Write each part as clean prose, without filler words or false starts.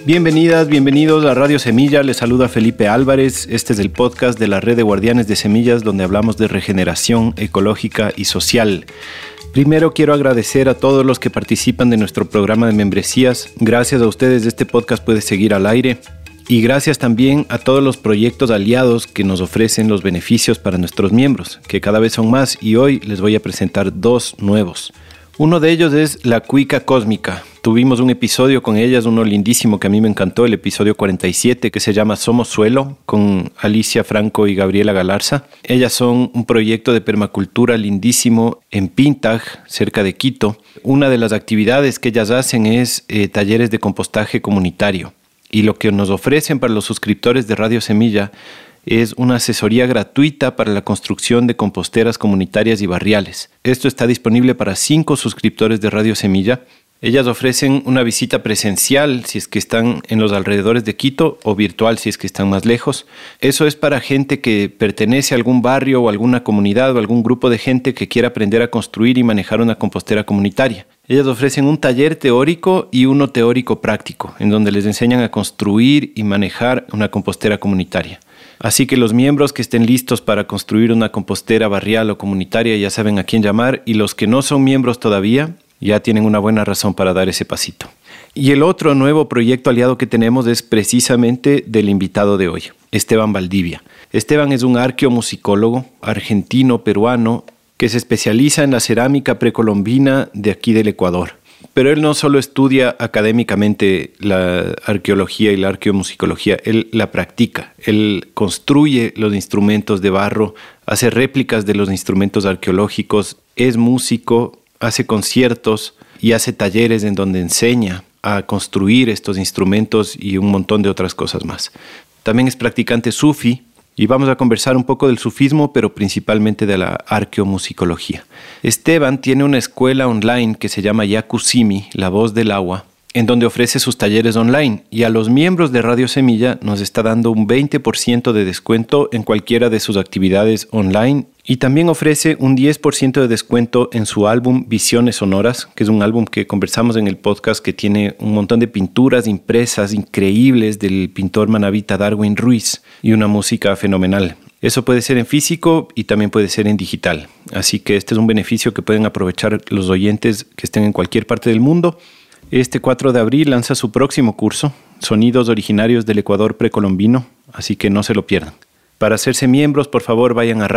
Bienvenidas, bienvenidos a Radio Semilla, les saluda Felipe Álvarez. Este es el podcast de la Red de Guardianes de Semillas, donde hablamos de regeneración ecológica y social. Primero quiero agradecer a todos los que participan de nuestro programa de membresías. Gracias a ustedes este podcast puede seguir al aire. Y gracias también a todos los proyectos aliados que nos ofrecen los beneficios para nuestros miembros, que cada vez son más, y hoy les voy a presentar dos nuevos. Uno de ellos es la Cuica Cósmica. Tuvimos un episodio con ellas, uno lindísimo que a mí me encantó, el episodio 47, que se llama Somos Suelo, con Alicia Franco y Gabriela Galarza. Ellas son un proyecto de permacultura lindísimo en Pintag, cerca de Quito. Una de las actividades que ellas hacen es talleres de compostaje comunitario. Y lo que nos ofrecen para los suscriptores de Radio Semilla es una asesoría gratuita para la construcción de composteras comunitarias y barriales. Esto está disponible para 5 suscriptores de Radio Semilla. Ellas ofrecen una visita presencial si es que están en los alrededores de Quito o virtual si es que están más lejos. Eso es para gente que pertenece a algún barrio o alguna comunidad o algún grupo de gente que quiera aprender a construir y manejar una compostera comunitaria. Ellas ofrecen un taller teórico y uno teórico práctico, en donde les enseñan a construir y manejar una compostera comunitaria. Así que los miembros que estén listos para construir una compostera barrial o comunitaria ya saben a quién llamar, y los que no son miembros todavía ya tienen una buena razón para dar ese pasito. Y el otro nuevo proyecto aliado que tenemos es precisamente del invitado de hoy, Esteban Valdivia. Esteban es un arqueomusicólogo argentino-peruano que se especializa en la cerámica precolombina de aquí del Ecuador. Pero él no solo estudia académicamente la arqueología y la arqueomusicología, él la practica. Él construye los instrumentos de barro, hace réplicas de los instrumentos arqueológicos, es músico, hace conciertos y hace talleres en donde enseña a construir estos instrumentos y un montón de otras cosas más. También es practicante sufi. Y vamos a conversar un poco del sufismo, pero principalmente de la arqueomusicología. Esteban tiene una escuela online que se llama Yakusimi, la voz del agua, en donde ofrece sus talleres online. Y a los miembros de Radio Semilla nos está dando un 20% de descuento en cualquiera de sus actividades online. Y también ofrece un 10% de descuento en su álbum Visiones Sonoras, que es un álbum que conversamos en el podcast que tiene un montón de pinturas impresas increíbles del pintor manabita Darwin Ruiz y una música fenomenal. Eso puede ser en físico y también puede ser en digital. Así que este es un beneficio que pueden aprovechar los oyentes que estén en cualquier parte del mundo. Este 4 de abril lanza su próximo curso, Sonidos originarios del Ecuador precolombino, así que no se lo pierdan. Para hacerse miembros, por favor, vayan a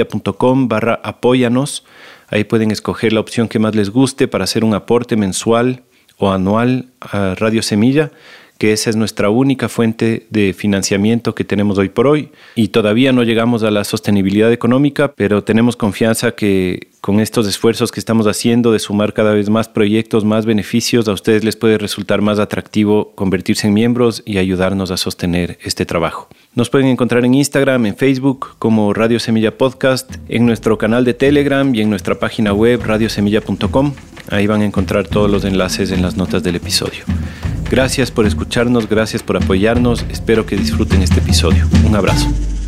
radiosemilla.com/apóyanos. Ahí pueden escoger la opción que más les guste para hacer un aporte mensual o anual a Radio Semilla, que esa es nuestra única fuente de financiamiento que tenemos hoy por hoy. Y todavía no llegamos a la sostenibilidad económica, pero tenemos confianza que con estos esfuerzos que estamos haciendo de sumar cada vez más proyectos, más beneficios, a ustedes les puede resultar más atractivo convertirse en miembros y ayudarnos a sostener este trabajo. Nos pueden encontrar en Instagram, en Facebook como Radio Semilla Podcast, en nuestro canal de Telegram y en nuestra página web radiosemilla.com. Ahí van a encontrar todos los enlaces en las notas del episodio. Gracias por escucharnos, gracias por apoyarnos. Espero que disfruten este episodio. Un abrazo.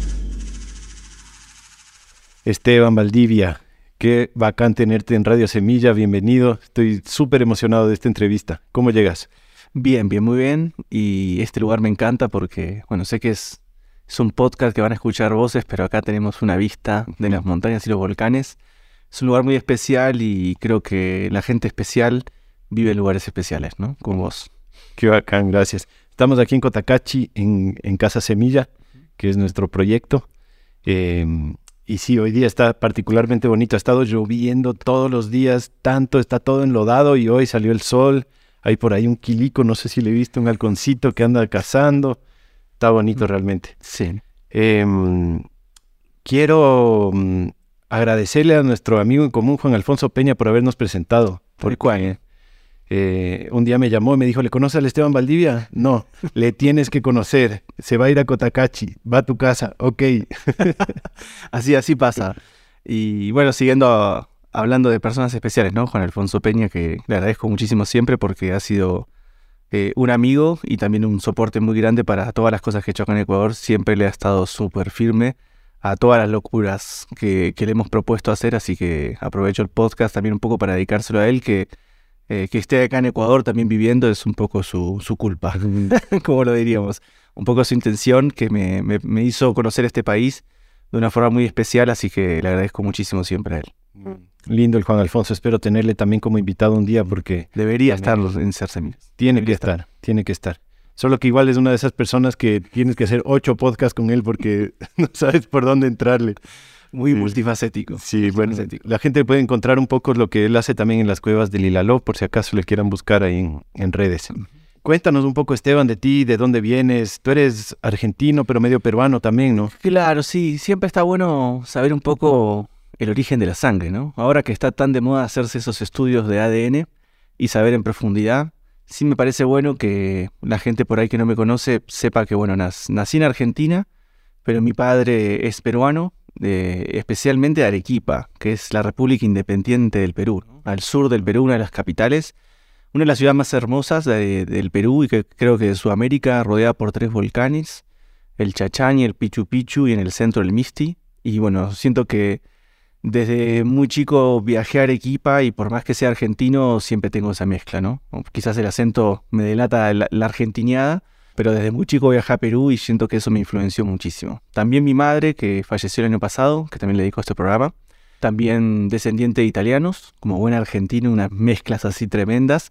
Esteban Valdivia, qué bacán tenerte en Radio Semilla. Bienvenido. Estoy súper emocionado de esta entrevista. ¿Cómo llegas? Bien, muy bien. Y este lugar me encanta porque, sé que es un podcast que van a escuchar voces, pero acá tenemos una vista de las montañas y los volcanes. Es un lugar muy especial y creo que la gente especial vive en lugares especiales, ¿no? Como vos. Qué bacán, gracias. Estamos aquí en Cotacachi, en Casa Semilla, que es nuestro proyecto. Y sí, hoy día está particularmente bonito. Ha estado lloviendo todos los días, está todo enlodado y hoy salió el sol. Hay por ahí un quilico, no sé si le he visto, un halconcito que anda cazando. Está bonito realmente. Sí. Quiero agradecerle a nuestro amigo en común, Juan Alfonso Peña, por habernos presentado. ¿Por cuál? Un día me llamó y me dijo, ¿le conoces al Esteban Valdivia? No, le tienes que conocer. Se va a ir a Cotacachi, va a tu casa, ok. Así pasa. Y bueno, hablando de personas especiales, ¿no? Juan Alfonso Peña, que le agradezco muchísimo siempre porque ha sido un amigo y también un soporte muy grande para todas las cosas que he hecho acá en Ecuador. Siempre le ha estado súper firme a todas las locuras que le hemos propuesto hacer, así que aprovecho el podcast también un poco para dedicárselo a él, que que esté acá en Ecuador también viviendo es un poco su culpa, como lo diríamos. Un poco su intención que me hizo conocer este país de una forma muy especial, así que le agradezco muchísimo siempre a él. Lindo el Juan Alfonso, espero tenerle también como invitado un día porque... Debería estar en Ser Semillas. Tiene que estar. Solo que igual es una de esas personas que tienes que hacer 8 podcasts con él porque no sabes por dónde entrarle. Muy multifacético. Sí, bueno, la gente puede encontrar un poco lo que él hace también en las cuevas del Ilaló, por si acaso le quieran buscar ahí en redes. Cuéntanos un poco, Esteban, de ti, de dónde vienes. Tú eres argentino, pero medio peruano también, ¿no? Claro, sí. Siempre está bueno saber un poco el origen de la sangre, ¿no? Ahora que está tan de moda hacerse esos estudios de ADN y saber en profundidad, sí me parece bueno que la gente por ahí que no me conoce sepa que, bueno, nací en Argentina, pero mi padre es peruano, especialmente de Arequipa, que es la República Independiente del Perú, ¿no? Al sur del Perú, una de las capitales, una de las ciudades más hermosas del Perú y que creo que de Sudamérica, rodeada por 3 volcanes, el Chachañi, el Pichu Pichu y en el centro el Misti. Y bueno, siento que desde muy chico viajé a Arequipa y por más que sea argentino, siempre tengo esa mezcla, ¿no? O quizás el acento me delata la argentineada, pero desde muy chico viajé a Perú y siento que eso me influenció muchísimo. También mi madre, que falleció el año pasado, que también le dedico a este programa, también descendiente de italianos, como buen argentino, unas mezclas así tremendas,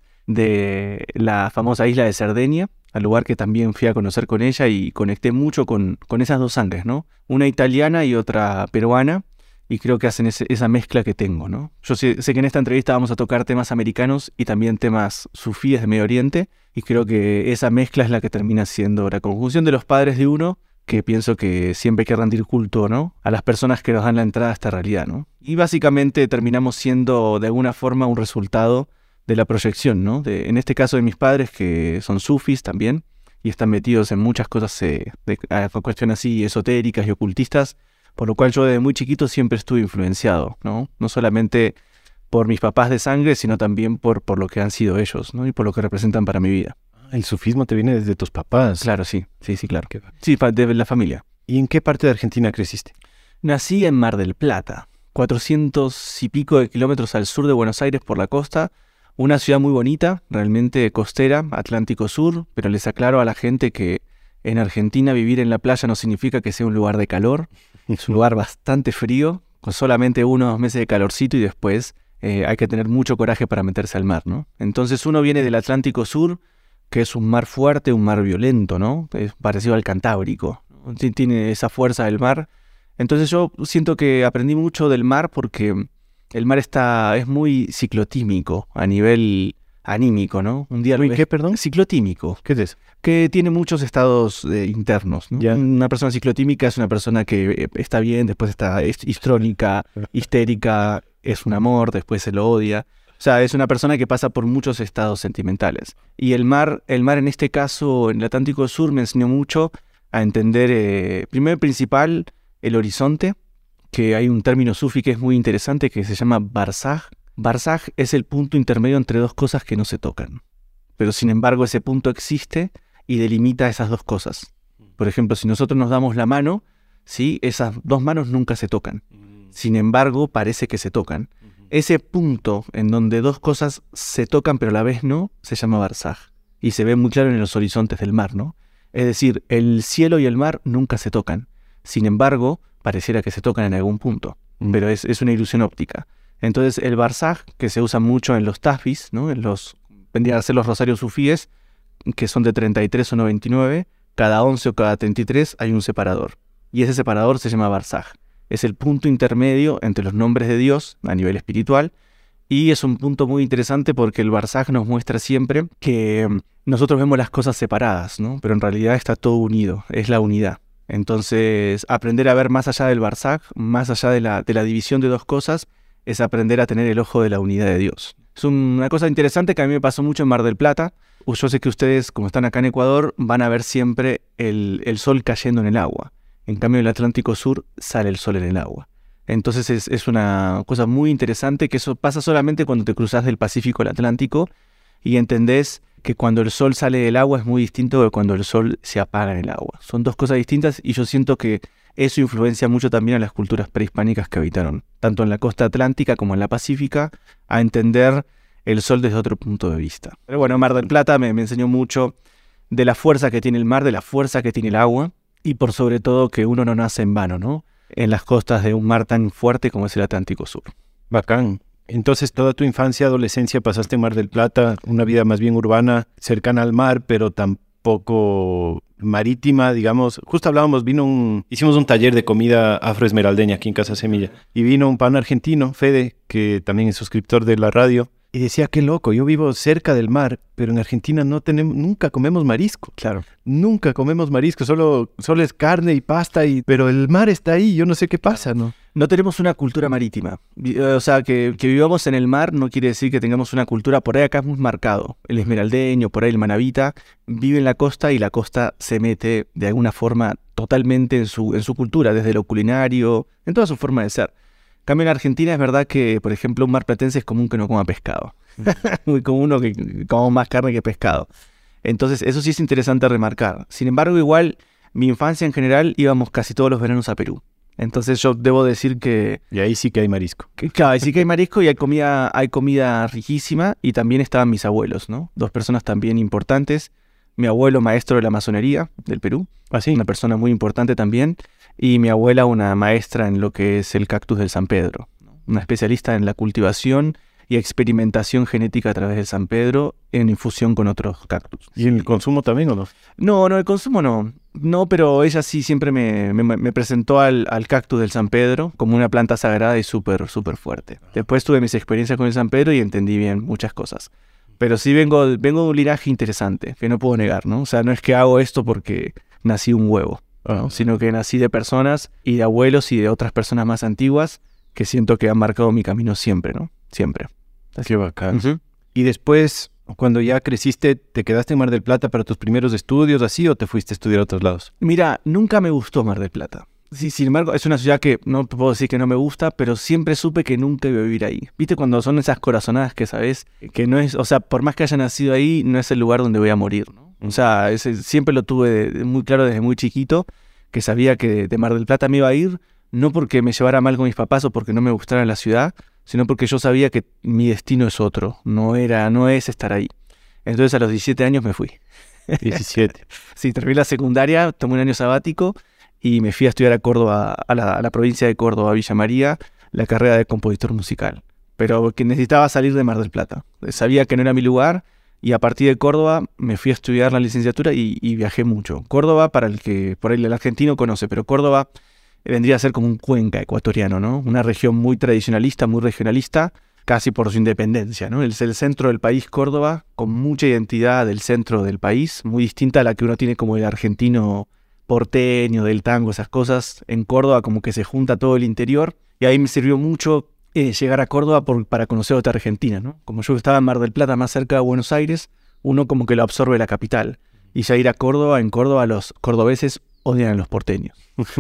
de la famosa isla de Cerdeña, al lugar que también fui a conocer con ella y conecté mucho con esas 2 sangres, ¿no? Una italiana y otra peruana, y creo que hacen esa mezcla que tengo, ¿no? Yo sé que en esta entrevista vamos a tocar temas americanos y también temas sufíes de Medio Oriente, y creo que esa mezcla es la que termina siendo la conjunción de los padres de uno, que pienso que siempre hay que rendir culto, ¿no? A las personas que nos dan la entrada a esta realidad, ¿no? Y básicamente terminamos siendo de alguna forma un resultado de la proyección, ¿no? En este caso de mis padres, que son sufis también, y están metidos en muchas cosas cuestiones así esotéricas y ocultistas, por lo cual yo desde muy chiquito siempre estuve influenciado, ¿no? No solamente por mis papás de sangre, sino también por lo que han sido ellos, ¿no? Y por lo que representan para mi vida. El sufismo te viene desde tus papás. Claro, sí, claro. Sí, de la familia. ¿Y en qué parte de Argentina creciste? Nací en Mar del Plata, 400 y pico de kilómetros al sur de Buenos Aires por la costa, una ciudad muy bonita, realmente costera, Atlántico Sur, pero les aclaro a la gente que en Argentina vivir en la playa no significa que sea un lugar de calor, es un lugar bastante frío, con solamente 1 o 2 meses de calorcito y después hay que tener mucho coraje para meterse al mar, ¿no? Entonces uno viene del Atlántico Sur, que es un mar fuerte, un mar violento, ¿no? Es parecido al Cantábrico, ¿no? Tiene esa fuerza del mar. Entonces yo siento que aprendí mucho del mar porque el mar es muy ciclotímico a nivel anímico, ¿no? Un día ¿Qué, perdón? Ciclotímico. ¿Qué es eso? Que tiene muchos estados internos, ¿no? Ya. Una persona ciclotímica es una persona que está bien, después está histrónica, histérica, es un amor, después se lo odia. O sea, es una persona que pasa por muchos estados sentimentales. Y el mar en este caso, en el Atlántico Sur, me enseñó mucho a entender, primero y principal, el horizonte, que hay un término sufi que es muy interesante que se llama barzaj. Barzaj es el punto intermedio entre 2 cosas que no se tocan. Pero sin embargo ese punto existe y delimita esas 2 cosas. Por ejemplo, si nosotros nos damos la mano, ¿sí? Esas 2 manos nunca se tocan. Sin embargo, parece que se tocan. Ese punto en donde 2 cosas se tocan pero a la vez no, se llama barzaj. Y se ve muy claro en los horizontes del mar, ¿no? Es decir, el cielo y el mar nunca se tocan. Sin embargo, pareciera que se tocan en algún punto. Pero es una ilusión óptica. Entonces el barzaj, que se usa mucho en los tafis, ¿no? Vendrían a ser los rosarios sufíes, que son de 33 o 99, cada 11 o cada 33 hay un separador. Y ese separador se llama barzaj. Es el punto intermedio entre los nombres de Dios a nivel espiritual y es un punto muy interesante porque el barzaj nos muestra siempre que nosotros vemos las cosas separadas, ¿no? Pero en realidad está todo unido, es la unidad. Entonces, aprender a ver más allá del barzaj, más allá de la división de 2 cosas, es aprender a tener el ojo de la unidad de Dios. Es una cosa interesante que a mí me pasó mucho en Mar del Plata. Yo sé que ustedes, como están acá en Ecuador, van a ver siempre el sol cayendo en el agua. En cambio, en el Atlántico Sur sale el sol en el agua. Entonces es una cosa muy interesante que eso pasa solamente cuando te cruzas del Pacífico al Atlántico y entendés que cuando el sol sale del agua es muy distinto de cuando el sol se apaga en el agua. Son 2 cosas distintas y yo siento que eso influencia mucho también a las culturas prehispánicas que habitaron, tanto en la costa atlántica como en la pacífica, a entender el sol desde otro punto de vista. Pero bueno, Mar del Plata me enseñó mucho de la fuerza que tiene el mar, de la fuerza que tiene el agua, y por sobre todo que uno no nace en vano, ¿no? En las costas de un mar tan fuerte como es el Atlántico Sur. Bacán. Entonces, toda tu infancia, adolescencia pasaste en Mar del Plata, una vida más bien urbana, cercana al mar, pero tampoco marítima, digamos. Justo hablábamos, hicimos un taller de comida afroesmeraldeña aquí en Casa Semilla, y vino un pan argentino, Fede, que también es suscriptor de la radio, y decía, qué loco, yo vivo cerca del mar, pero en Argentina nunca comemos marisco. Claro. Nunca comemos marisco, solo es carne y pasta, pero el mar está ahí, yo no sé qué pasa, ¿no? No tenemos una cultura marítima. O sea, que vivamos en el mar no quiere decir que tengamos una cultura. Por ahí acá es muy marcado. El esmeraldeño, por ahí el manabita, vive en la costa y la costa se mete de alguna forma totalmente en su cultura, desde lo culinario, en toda su forma de ser. En cambio, en Argentina es verdad que, por ejemplo, un marplatense es común que no coma pescado. Muy común que coma más carne que pescado. Entonces, eso sí es interesante remarcar. Sin embargo, igual, mi infancia en general íbamos casi todos los veranos a Perú. Entonces yo debo decir que... Y ahí sí que hay marisco. Claro, ahí sí que hay marisco y hay comida riquísima, y también estaban mis abuelos, ¿no? Dos personas también importantes. Mi abuelo, maestro de la masonería del Perú. ¿Ah, sí? Una persona muy importante también. Y mi abuela, una maestra en lo que es el cactus del San Pedro, ¿no? Una especialista en la cultivación y experimentación genética a través del San Pedro en infusión con otros cactus. ¿Y en el consumo también o no? No, el consumo no. No, pero ella sí siempre me presentó al cactus del San Pedro como una planta sagrada y súper fuerte. Después tuve mis experiencias con el San Pedro y entendí bien muchas cosas. Pero sí vengo de un linaje interesante, que no puedo negar, ¿no? O sea, no es que hago esto porque nací un huevo, ¿no? Sino que nací de personas y de abuelos y de otras personas más antiguas que siento que han marcado mi camino siempre, ¿no? Siempre. Qué bacán. Uh-huh. Y después, cuando ya creciste, ¿te quedaste en Mar del Plata para tus primeros estudios así o te fuiste a estudiar a otros lados? Mira, nunca me gustó Mar del Plata. Sí, sin embargo, es una ciudad que no puedo decir que no me gusta, pero siempre supe que nunca iba a vivir ahí. ¿Viste? Cuando son esas corazonadas que sabes que no es, o sea, por más que haya nacido ahí, no es el lugar donde voy a morir, ¿no? O sea, siempre lo tuve muy claro desde muy chiquito, que sabía que de Mar del Plata me iba a ir, no porque me llevara mal con mis papás o porque no me gustara la ciudad, sino porque yo sabía que mi destino es otro, no es estar ahí. Entonces a los 17 años me fui. 17. Sí, terminé la secundaria, tomé un año sabático y me fui a estudiar a Córdoba, a la provincia de Córdoba, Villa María, la carrera de compositor musical. Pero que necesitaba salir de Mar del Plata. Sabía que no era mi lugar y a partir de Córdoba me fui a estudiar la licenciatura y viajé mucho. Córdoba, para el que por ahí el argentino conoce, pero Córdoba vendría a ser como un Cuenca ecuatoriano, ¿no? Una región muy tradicionalista, muy regionalista, casi por su independencia, ¿no? Es el centro del país, Córdoba, con mucha identidad del centro del país, muy distinta a la que uno tiene como el argentino porteño, del tango, esas cosas. En Córdoba como que se junta todo el interior, y ahí me sirvió mucho llegar a Córdoba para conocer otra Argentina, ¿no? Como yo estaba en Mar del Plata, más cerca de Buenos Aires, uno como que lo absorbe la capital. Y ya ir a Córdoba, en Córdoba los cordobeses odian a los porteños.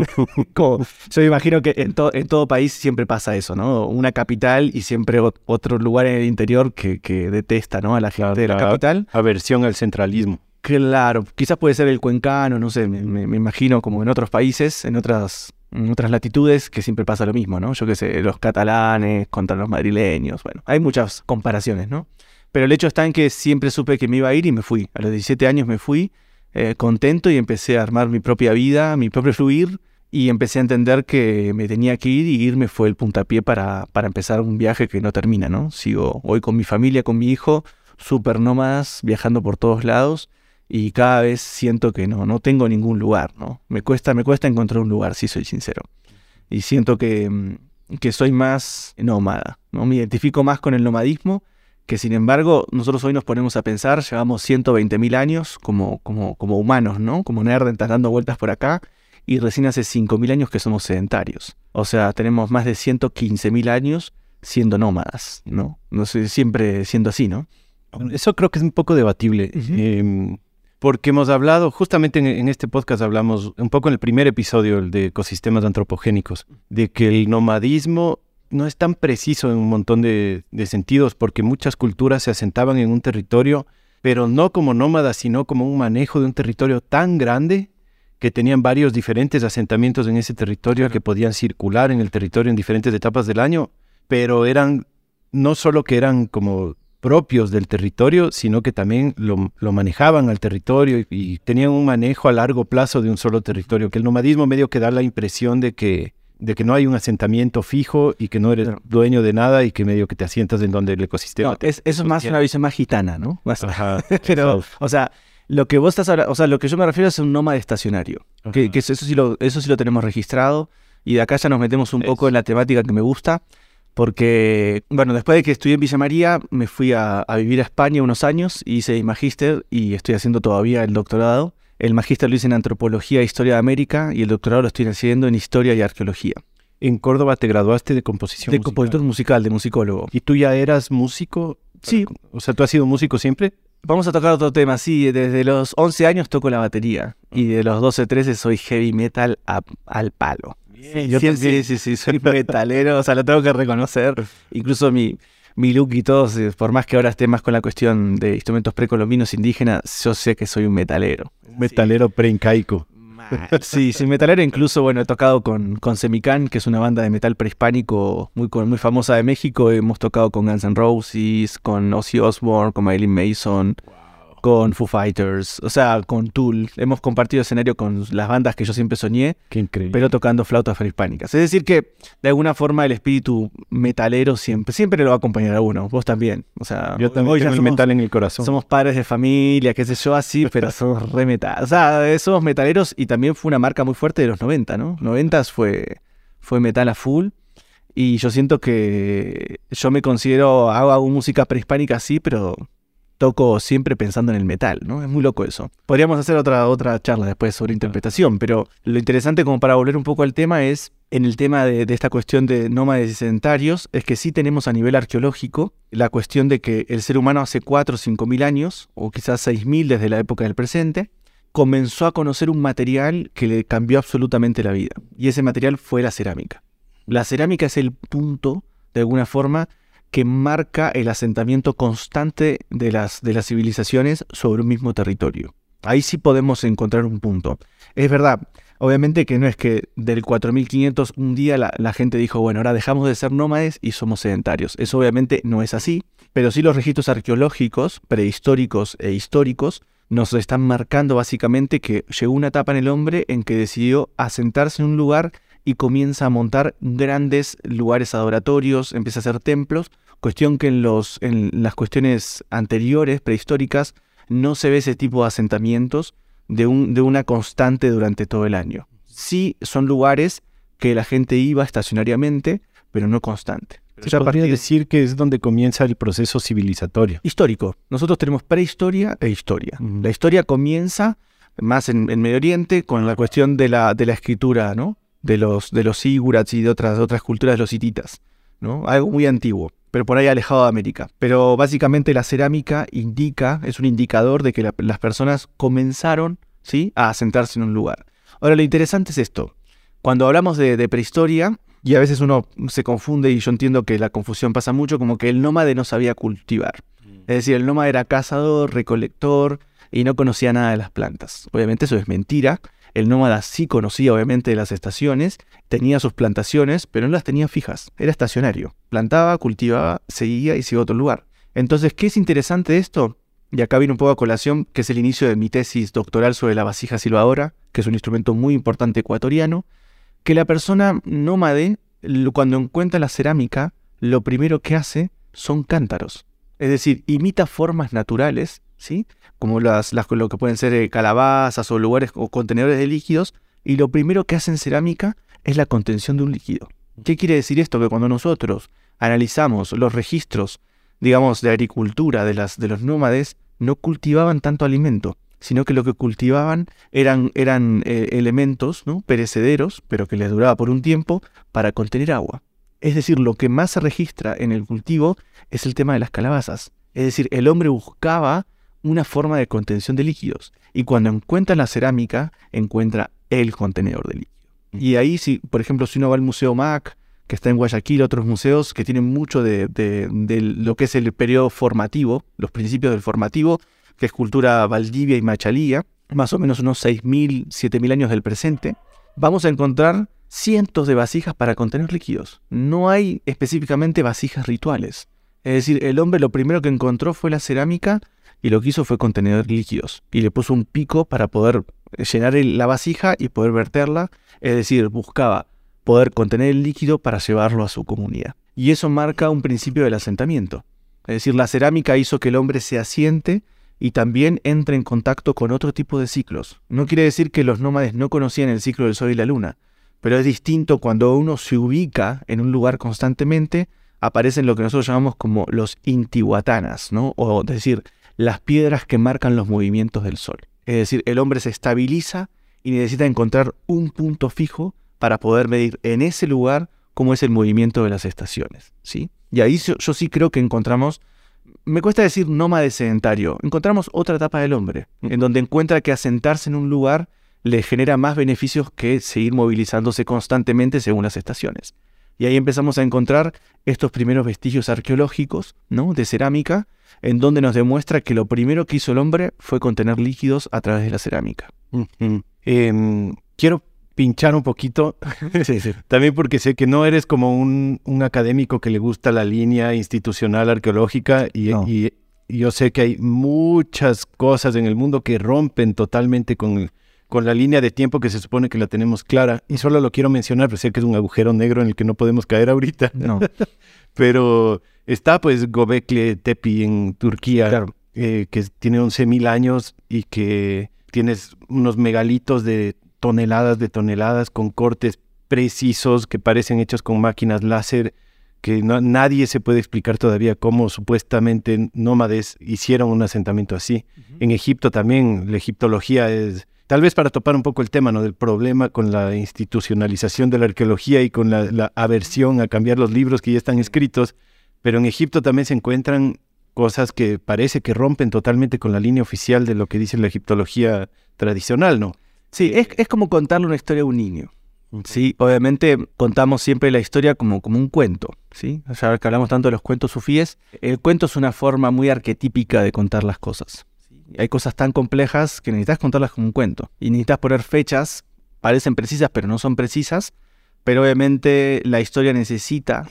Yo me imagino que en todo país siempre pasa eso, ¿no? Una capital y siempre otro lugar en el interior que detesta, ¿no? A la gente de la capital. Aversión al centralismo. Claro, quizás puede ser el cuencano, no sé, me imagino como en otros países, en otras latitudes, que siempre pasa lo mismo, ¿no? Yo qué sé, los catalanes contra los madrileños, bueno, hay muchas comparaciones, ¿no? Pero el hecho está en que siempre supe que me iba a ir y me fui. A los 17 años me fui contento y empecé a armar mi propia vida, mi propio fluir, y empecé a entender que me tenía que ir, y irme fue el puntapié para empezar un viaje que no termina, ¿no? Sigo hoy con mi familia, con mi hijo, súper nómadas, viajando por todos lados, y cada vez siento que no tengo ningún lugar, ¿no? Me cuesta encontrar un lugar, si soy sincero. Y siento que soy más nómada, ¿no? Me identifico más con el nomadismo, que sin embargo nosotros hoy nos ponemos a pensar, llevamos 120.000 años como humanos, ¿no? Como Neandertal dando vueltas por acá, y recién hace 5.000 años que somos sedentarios. O sea, tenemos más de 115.000 años siendo nómadas, ¿no? No sé, siempre siendo así, ¿no? Eso creo que es un poco debatible, porque hemos hablado, justamente en este podcast hablamos un poco en el primer episodio, el de ecosistemas antropogénicos, de que el nomadismo no es tan preciso en un montón de sentidos, porque muchas culturas se asentaban en un territorio, pero no como nómadas, sino como un manejo de un territorio tan grande que tenían varios diferentes asentamientos en ese territorio, que podían circular en el territorio en diferentes etapas del año, pero eran, no solo que eran como propios del territorio, sino que también lo manejaban al territorio y tenían un manejo a largo plazo de un solo territorio, que el nomadismo medio que da la impresión de que no hay un asentamiento fijo y que no eres dueño de nada y que medio que te asientas en donde el ecosistema. No, eso es más una visión más gitana, ¿no? Ajá. Pero, o sea, lo que vos estás hablando, o sea, lo que yo me refiero es a un nómada estacionario. Que eso sí lo tenemos registrado. Y de acá ya nos metemos un poco en la temática que me gusta. Porque, bueno, después de que estudié en Villa María, me fui a vivir a España unos años, hice mi magíster y estoy haciendo todavía el doctorado. El magíster lo hice en Antropología e Historia de América y el doctorado lo estoy haciendo en Historia y Arqueología. En Córdoba te graduaste de composición musical. De compositor musical, de musicólogo. ¿Y tú ya eras músico? Sí. O sea, ¿tú has sido músico siempre? Vamos a tocar otro tema, sí. Desde los 11 años toco la batería y de los 12, 13 soy heavy metal al palo. Sí, soy metalero, o sea, lo tengo que reconocer. Incluso mi look y todo, por más que ahora esté más con la cuestión de instrumentos precolombinos indígenas, yo sé que soy un metalero. Un metalero preincaico. Sí, metalero. Incluso, bueno, he tocado con Semicán, que es una banda de metal prehispánico muy famosa de México. Hemos tocado con Guns N' Roses, con Ozzy Osbourne, con Marilyn Manson, con Foo Fighters, o sea, con Tool. Hemos compartido escenario con las bandas que yo siempre soñé. Qué increíble. Pero tocando flautas prehispánicas. Es decir que, de alguna forma, el espíritu metalero siempre lo va a acompañar a uno. Vos también. O sea, yo también tengo el metal en el corazón. Somos padres de familia, qué sé yo, así, pero somos re metal. O sea, somos metaleros y también fue una marca muy fuerte de los 90, ¿no? 90s fue metal a full. Y yo siento que yo me considero, hago música prehispánica así, pero toco siempre pensando en el metal, ¿no? Es muy loco eso. Podríamos hacer otra charla después sobre interpretación, pero lo interesante, como para volver un poco al tema, es en el tema de esta cuestión de nómades y sedentarios, es que sí tenemos a nivel arqueológico la cuestión de que el ser humano hace 4 o 5 mil años, o quizás 6 mil desde la época del presente, comenzó a conocer un material que le cambió absolutamente la vida. Y ese material fue la cerámica. La cerámica es el punto, de alguna forma, que marca el asentamiento constante de las civilizaciones sobre un mismo territorio. Ahí sí podemos encontrar un punto. Es verdad, obviamente que no es que del 4500 un día la gente dijo, bueno, ahora dejamos de ser nómades y somos sedentarios. Eso obviamente no es así, pero sí los registros arqueológicos, prehistóricos e históricos, nos están marcando básicamente que llegó una etapa en el hombre en que decidió asentarse en un lugar y comienza a montar grandes lugares adoratorios, empieza a hacer templos, cuestión que en las cuestiones anteriores, prehistóricas, no se ve ese tipo de asentamientos de una constante durante todo el año. Sí son lugares que la gente iba estacionariamente, pero no constante. Se podría decir que es donde comienza el proceso civilizatorio. Histórico. Nosotros tenemos prehistoria e historia. La historia comienza más en Medio Oriente con la cuestión de la escritura, ¿no? De los sigurats y de otras culturas de los hititas, ¿no? Algo muy antiguo, pero por ahí alejado de América. Pero básicamente la cerámica es un indicador de que las personas comenzaron, ¿sí?, a asentarse en un lugar. Ahora, lo interesante es esto. Cuando hablamos de prehistoria, y a veces uno se confunde, y yo entiendo que la confusión pasa mucho, como que el nómade no sabía cultivar. Es decir, el nómade era cazador, recolector, y no conocía nada de las plantas. Obviamente eso es mentira. El nómada sí conocía obviamente las estaciones, tenía sus plantaciones, pero no las tenía fijas, era estacionario. Plantaba, cultivaba, seguía y se iba a otro lugar. Entonces, ¿qué es interesante de esto? Y acá viene un poco a colación, que es el inicio de mi tesis doctoral sobre la vasija silbadora, que es un instrumento muy importante ecuatoriano, que la persona nómade, cuando encuentra la cerámica, lo primero que hace son cántaros. Es decir, imita formas naturales, ¿sí?, como lo que pueden ser calabazas o lugares o contenedores de líquidos, y lo primero que hace en cerámica es la contención de un líquido. ¿Qué quiere decir esto? Que cuando nosotros analizamos los registros, digamos, de agricultura de los nómades, no cultivaban tanto alimento, sino que lo que cultivaban eran elementos, ¿no?, perecederos, pero que les duraba por un tiempo, para contener agua. Es decir, lo que más se registra en el cultivo es el tema de las calabazas. Es decir, el hombre buscaba una forma de contención de líquidos. Y cuando encuentra la cerámica, encuentra el contenedor de líquido. Y ahí, por ejemplo, si uno va al Museo MAC, que está en Guayaquil, otros museos que tienen mucho de lo que es el periodo formativo, los principios del formativo, que es cultura Valdivia y Machalía, más o menos unos 6.000, 7.000 años del presente, vamos a encontrar cientos de vasijas para contener líquidos. No hay específicamente vasijas rituales. Es decir, el hombre lo primero que encontró fue la cerámica y lo que hizo fue contener líquidos. Y le puso un pico para poder llenar la vasija y poder verterla. Es decir, buscaba poder contener el líquido para llevarlo a su comunidad. Y eso marca un principio del asentamiento. Es decir, la cerámica hizo que el hombre se asiente y también entre en contacto con otro tipo de ciclos. No quiere decir que los nómades no conocían el ciclo del sol y la luna, pero es distinto cuando uno se ubica en un lugar constantemente, aparecen lo que nosotros llamamos como los intihuatanas, ¿no? O es decir, las piedras que marcan los movimientos del sol. Es decir, el hombre se estabiliza y necesita encontrar un punto fijo para poder medir en ese lugar cómo es el movimiento de las estaciones, ¿sí? Y ahí yo sí creo que encontramos, me cuesta decir nómade sedentario, encontramos otra etapa del hombre, en donde encuentra que asentarse en un lugar le genera más beneficios que seguir movilizándose constantemente según las estaciones. Y ahí empezamos a encontrar estos primeros vestigios arqueológicos, ¿no?, de cerámica, en donde nos demuestra que lo primero que hizo el hombre fue contener líquidos a través de la cerámica. Quiero pinchar un poquito, Sí. también porque sé que no eres como un académico que le gusta la línea institucional arqueológica No. y yo sé que hay muchas cosas en el mundo que rompen totalmente con la línea de tiempo que se supone que la tenemos clara. Y solo lo quiero mencionar, pero sé que es un agujero negro en el que no podemos caer ahorita. No. Pero está pues Göbekli Tepe en Turquía, Claro. que tiene 11.000 años y que tienes unos megalitos de toneladas con cortes precisos que parecen hechos con máquinas láser, que nadie se puede explicar todavía cómo supuestamente nómades hicieron un asentamiento así. En Egipto también, la egiptología es, tal vez para topar un poco el tema, ¿no?, del problema con la institucionalización de la arqueología y con la aversión a cambiar los libros que ya están escritos, pero en Egipto también se encuentran cosas que parece que rompen totalmente con la línea oficial de lo que dice la egiptología tradicional, ¿no? Sí, es como contarle una historia a un niño. Sí, obviamente contamos siempre la historia como un cuento, ¿sí? Ya que hablamos tanto de los cuentos sufíes, el cuento es una forma muy arquetípica de contar las cosas. Hay cosas tan complejas que necesitas contarlas como un cuento. Y necesitas poner fechas, parecen precisas pero no son precisas, pero obviamente la historia necesita...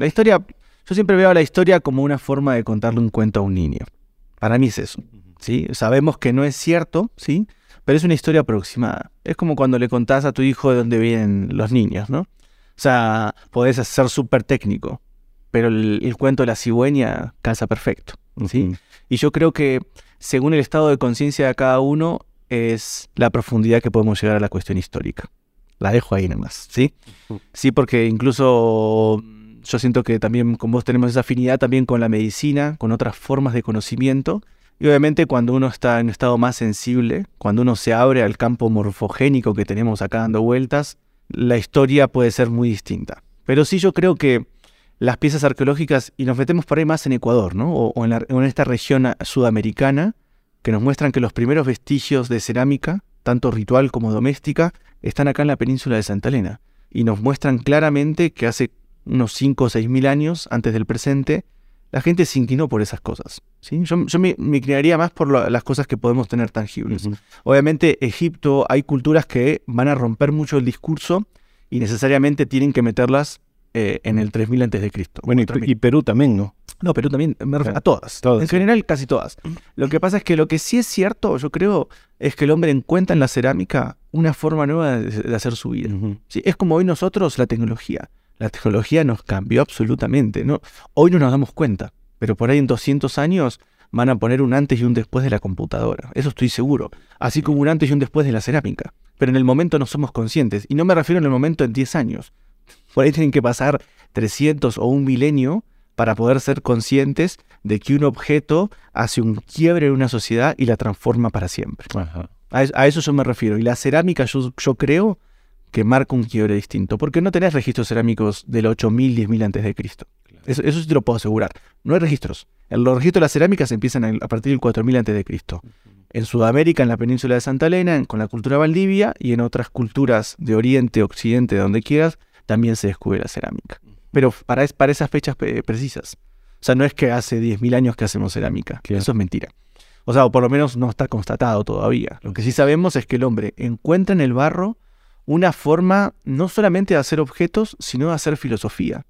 Yo siempre veo a la historia como una forma de contarle un cuento a un niño. Para mí es eso, ¿sí? Sabemos que no es cierto, ¿sí?, pero es una historia aproximada. Es como cuando le contás a tu hijo de dónde vienen los niños, ¿no? O sea, podés ser súper técnico, pero el cuento de la cigüeña calza perfecto, ¿sí? Y yo creo que según el estado de conciencia de cada uno es la profundidad que podemos llegar a la cuestión histórica. La dejo ahí nomás, ¿sí? Sí, porque incluso yo siento que también con vos tenemos esa afinidad también con la medicina, con otras formas de conocimiento. Y obviamente cuando uno está en un estado más sensible, cuando uno se abre al campo morfogénico que tenemos acá dando vueltas, la historia puede ser muy distinta. Pero sí, yo creo que las piezas arqueológicas, y nos metemos por ahí más en Ecuador, ¿no?, o en esta región sudamericana, que nos muestran que los primeros vestigios de cerámica, tanto ritual como doméstica, están acá en la península de Santa Elena. Y nos muestran claramente que hace unos 5 o 6 mil años, antes del presente, la gente se inclinó por esas cosas, ¿sí? Yo me inclinaría más por las cosas que podemos tener tangibles. Obviamente, Egipto, hay culturas que van a romper mucho el discurso y necesariamente tienen que meterlas en el 3000 a.C. Bueno, y Perú también, ¿no? No, Perú también, me refiero a todas. En general, casi todas. Lo que pasa es que lo que sí es cierto, yo creo, es que el hombre encuentra en la cerámica una forma nueva de hacer su vida. ¿Sí? Es como hoy nosotros la tecnología. La tecnología nos cambió absolutamente, ¿no? Hoy no nos damos cuenta, pero por ahí en 200 años van a poner un antes y un después de la computadora. Eso estoy seguro. Así como un antes y un después de la cerámica. Pero en el momento no somos conscientes. Y no me refiero en el momento en 10 años. Por ahí tienen que pasar 300 o un milenio para poder ser conscientes de que un objeto hace un quiebre en una sociedad y la transforma para siempre. Ajá. A eso yo me refiero. Y la cerámica yo creo que marca un quiebre distinto, porque no tenés registros cerámicos del 8000, 10.000 antes de Cristo. Eso sí te lo puedo asegurar. No hay registros. Los registros de las cerámicas empiezan a partir del 4000 antes de Cristo. En Sudamérica, en la península de Santa Elena, con la cultura Valdivia y en otras culturas de Oriente, Occidente, de donde quieras, también se descubre la cerámica. Pero para esas fechas precisas. O sea, no es que hace 10.000 años que hacemos cerámica. Claro. Eso es mentira. O sea, o por lo menos no está constatado todavía. Lo que sí sabemos es que el hombre encuentra en el barro una forma no solamente de hacer objetos, sino de hacer filosofía. Es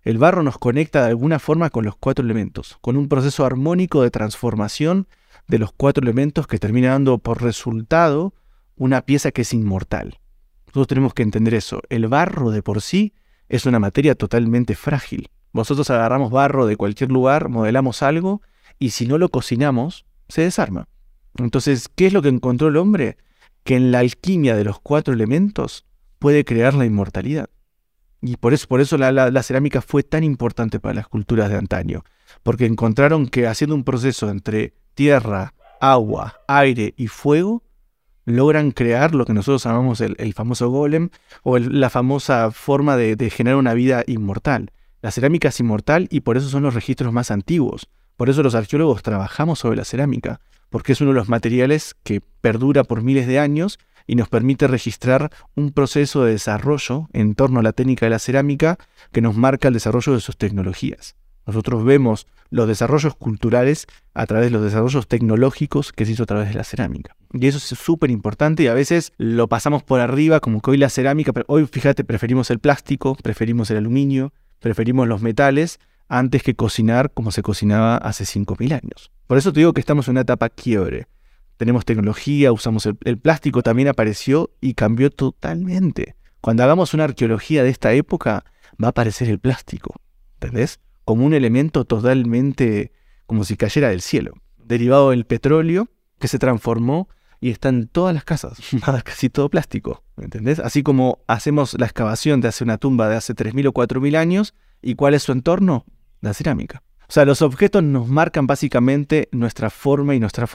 El barro nos conecta de alguna forma con los 4 elementos, con un proceso armónico de transformación de los 4 elementos que termina dando por resultado una pieza que es inmortal. Nosotros tenemos que entender eso. El barro de por sí es una materia totalmente frágil. Nosotros agarramos barro de cualquier lugar, modelamos algo, y si no lo cocinamos, se desarma. Entonces, ¿qué es lo que encontró el hombre? Que en la alquimia de los 4 elementos puede crear la inmortalidad. Y por eso la cerámica fue tan importante para las culturas de antaño. Porque encontraron que haciendo un proceso entre tierra, agua, aire y fuego, logran crear lo que nosotros llamamos el famoso golem, o la famosa forma de generar una vida inmortal. La cerámica es inmortal y por eso son los registros más antiguos. Por eso los arqueólogos trabajamos sobre la cerámica, porque es uno de los materiales que perdura por miles de años y nos permite registrar un proceso de desarrollo en torno a la técnica de la cerámica que nos marca el desarrollo de sus tecnologías. Nosotros vemos los desarrollos culturales a través de los desarrollos tecnológicos que se hizo a través de la cerámica. Y eso es súper importante y a veces lo pasamos por arriba, como que hoy la cerámica, pero hoy fíjate, preferimos el plástico, preferimos el aluminio, preferimos los metales antes que cocinar como se cocinaba hace 5.000 años. Por eso te digo que estamos en una etapa quiebre. Tenemos tecnología, usamos el plástico, también apareció y cambió totalmente. Cuando hagamos una arqueología de esta época, va a aparecer el plástico, ¿entendés? Como un elemento totalmente como si cayera del cielo, derivado del petróleo que se transformó y está en todas las casas, casi todo plástico, ¿entendés? Así como hacemos la excavación de hace una tumba de hace 3.000 o 4.000 años, ¿y cuál es su entorno? La cerámica. O sea, los objetos nos marcan básicamente nuestra forma y nuestras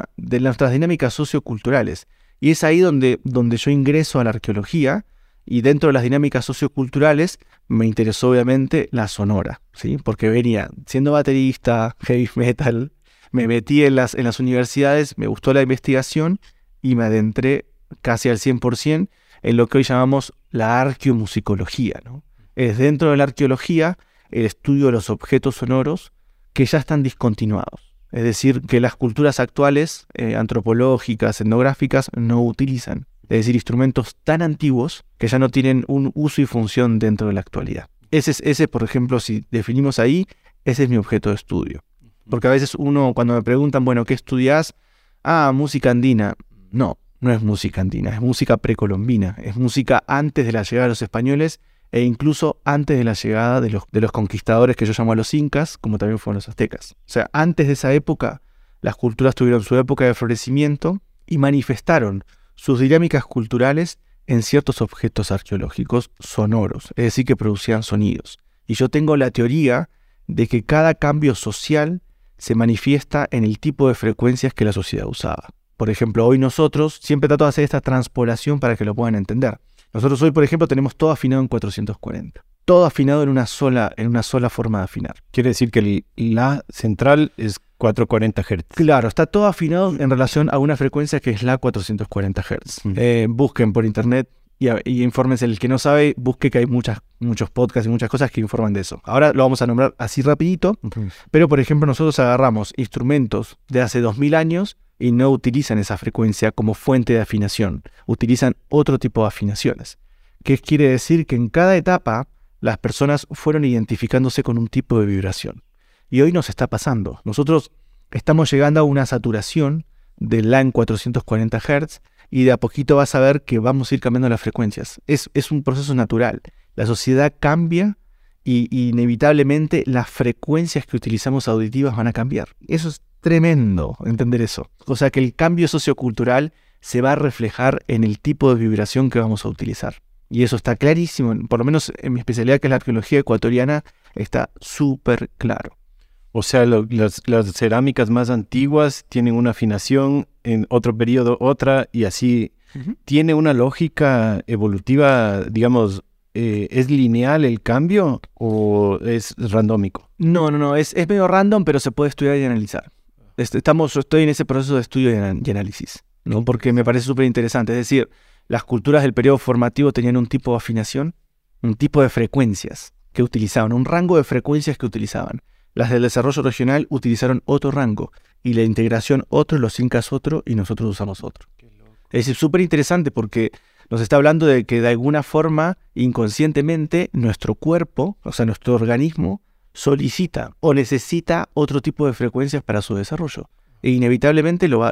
dinámicas socioculturales. Y es ahí donde yo ingreso a la arqueología, y dentro de las dinámicas socioculturales me interesó obviamente la sonora, ¿sí? Porque venía siendo baterista, heavy metal, me metí en las universidades, me gustó la investigación y me adentré casi al 100% en lo que hoy llamamos la arqueomusicología, ¿no? Es dentro de la arqueología el estudio de los objetos sonoros que ya están discontinuados. Es decir, que las culturas actuales, antropológicas, etnográficas, no utilizan. Es decir, instrumentos tan antiguos que ya no tienen un uso y función dentro de la actualidad. Ese, por ejemplo, si definimos ahí, ese es mi objeto de estudio. Porque a veces cuando me preguntan, bueno, ¿qué estudias? Música andina. No es música andina, es música precolombina. Es música antes de la llegada de los españoles e incluso antes de la llegada de los conquistadores que yo llamo a los incas, como también fueron los aztecas. O sea, antes de esa época, las culturas tuvieron su época de florecimiento y manifestaron sus dinámicas culturales en ciertos objetos arqueológicos sonoros, es decir, que producían sonidos. Y yo tengo la teoría de que cada cambio social se manifiesta en el tipo de frecuencias que la sociedad usaba. Por ejemplo, hoy nosotros, siempre trato de hacer esta transpolación para que lo puedan entender. Nosotros hoy, por ejemplo, tenemos todo afinado en 440. Todo afinado en una sola forma de afinar. Quiere decir que la central es 440 Hz. Claro, está todo afinado en relación a una frecuencia que es la 440 Hz. Busquen por internet y infórmense. El que no sabe, busque que hay muchos podcasts y muchas cosas que informan de eso. Ahora lo vamos a nombrar así rapidito, pero por ejemplo nosotros agarramos instrumentos de hace 2000 años y no utilizan esa frecuencia como fuente de afinación. Utilizan otro tipo de afinaciones. ¿Qué quiere decir? Que en cada etapa las personas fueron identificándose con un tipo de vibración. Y hoy nos está pasando. Nosotros estamos llegando a una saturación de la en 440 Hz y de a poquito vas a ver que vamos a ir cambiando las frecuencias. Es un proceso natural. La sociedad cambia y inevitablemente las frecuencias que utilizamos auditivas van a cambiar. Eso es tremendo, entender eso. O sea que el cambio sociocultural se va a reflejar en el tipo de vibración que vamos a utilizar. Y eso está clarísimo, por lo menos en mi especialidad, que es la arqueología ecuatoriana, está súper claro. O sea, las cerámicas más antiguas tienen una afinación, en otro periodo otra, y así. ¿Tiene una lógica evolutiva, digamos, es lineal el cambio o es randómico? No, es medio random, pero se puede estudiar y analizar. Estoy en ese proceso de estudio y análisis, ¿no? Porque me parece súper interesante. Es decir, las culturas del periodo formativo tenían un tipo de afinación, un tipo de frecuencias que utilizaban, un rango de frecuencias que utilizaban. Las del desarrollo regional utilizaron otro rango y la integración otro, los incas otro y nosotros usamos otro. Es decir, súper interesante porque Nos está hablando de que de alguna forma, inconscientemente, nuestro cuerpo, o sea, nuestro organismo, solicita o necesita otro tipo de frecuencias para su desarrollo. E inevitablemente lo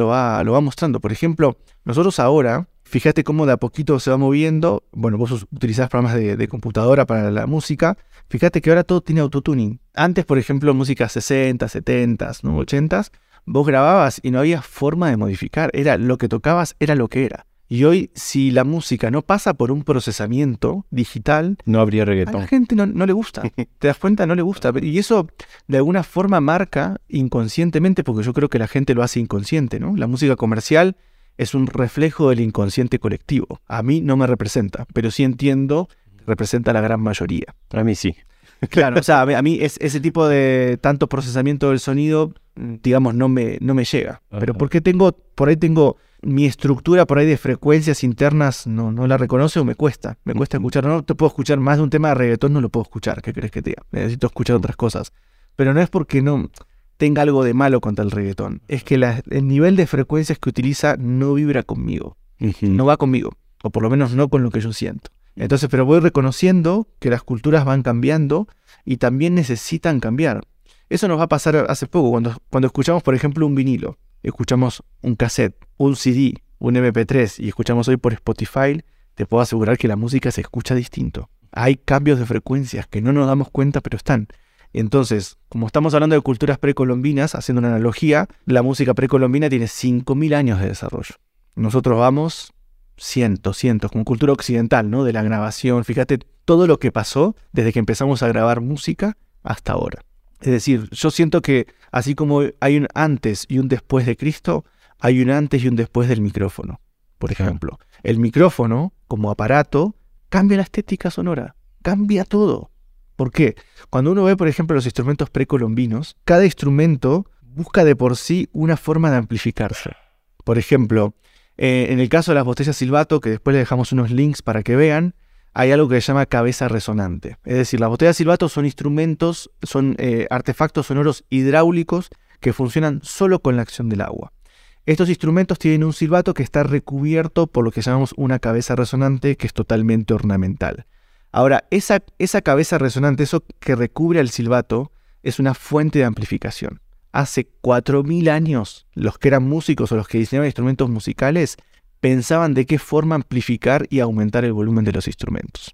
va mostrando. Por ejemplo, nosotros ahora, fíjate cómo de a poquito se va moviendo. Bueno, vos utilizás programas de computadora para la música. Fíjate que ahora todo tiene autotuning. Antes, por ejemplo, música 60, 70, ¿no? 80, vos grababas y no había forma de modificar. Era lo que tocabas, era lo que era. Y hoy, si la música no pasa por un procesamiento digital, no habría a reggaetón. la gente no le gusta. ¿Te das cuenta? No le gusta. Y eso de alguna forma marca inconscientemente, porque yo creo que la gente lo hace inconsciente, ¿no? La música comercial es un reflejo del inconsciente colectivo. A mí no me representa, pero sí entiendo que representa a la gran mayoría. A mí sí. Claro, o sea, a mí ese tipo de tanto procesamiento del sonido, digamos, no me llega. Pero porque por ahí tengo mi estructura por ahí de frecuencias internas, no la reconoce o me cuesta escuchar. No te puedo escuchar más de un tema de reggaetón, no lo puedo escuchar. ¿Qué crees que te diga? Necesito escuchar otras cosas. Pero no es porque no tenga algo de malo contra el reggaetón. Es que el nivel de frecuencias que utiliza no vibra conmigo. No va conmigo. O por lo menos no con lo que yo siento. Entonces, pero voy reconociendo que las culturas van cambiando y también necesitan cambiar. Eso nos va a pasar hace poco, cuando escuchamos, por ejemplo, un vinilo, escuchamos un cassette, un CD, un MP3 y escuchamos hoy por Spotify, te puedo asegurar que la música se escucha distinto. Hay cambios de frecuencias que no nos damos cuenta, pero están. Entonces, como estamos hablando de culturas precolombinas, haciendo una analogía, la música precolombina tiene 5.000 años de desarrollo. Nosotros vamos cientos, como cultura occidental, ¿no? De la grabación. Fíjate todo lo que pasó desde que empezamos a grabar música hasta ahora. Es decir, yo siento que así como hay un antes y un después de Cristo, hay un antes y un después del micrófono. Por ejemplo, el micrófono como aparato cambia la estética sonora, cambia todo. ¿Por qué? Cuando uno ve, por ejemplo, los instrumentos precolombinos, cada instrumento busca de por sí una forma de amplificarse. Por ejemplo, en el caso de las botellas silbato, que después le dejamos unos links para que vean, hay algo que se llama cabeza resonante. Es decir, las botellas silbato son instrumentos, son artefactos sonoros hidráulicos que funcionan solo con la acción del agua. Estos instrumentos tienen un silbato que está recubierto por lo que llamamos una cabeza resonante, que es totalmente ornamental. Ahora, esa cabeza resonante, eso que recubre al silbato, es una fuente de amplificación. Hace 4.000 años, los que eran músicos o los que diseñaban instrumentos musicales pensaban de qué forma amplificar y aumentar el volumen de los instrumentos.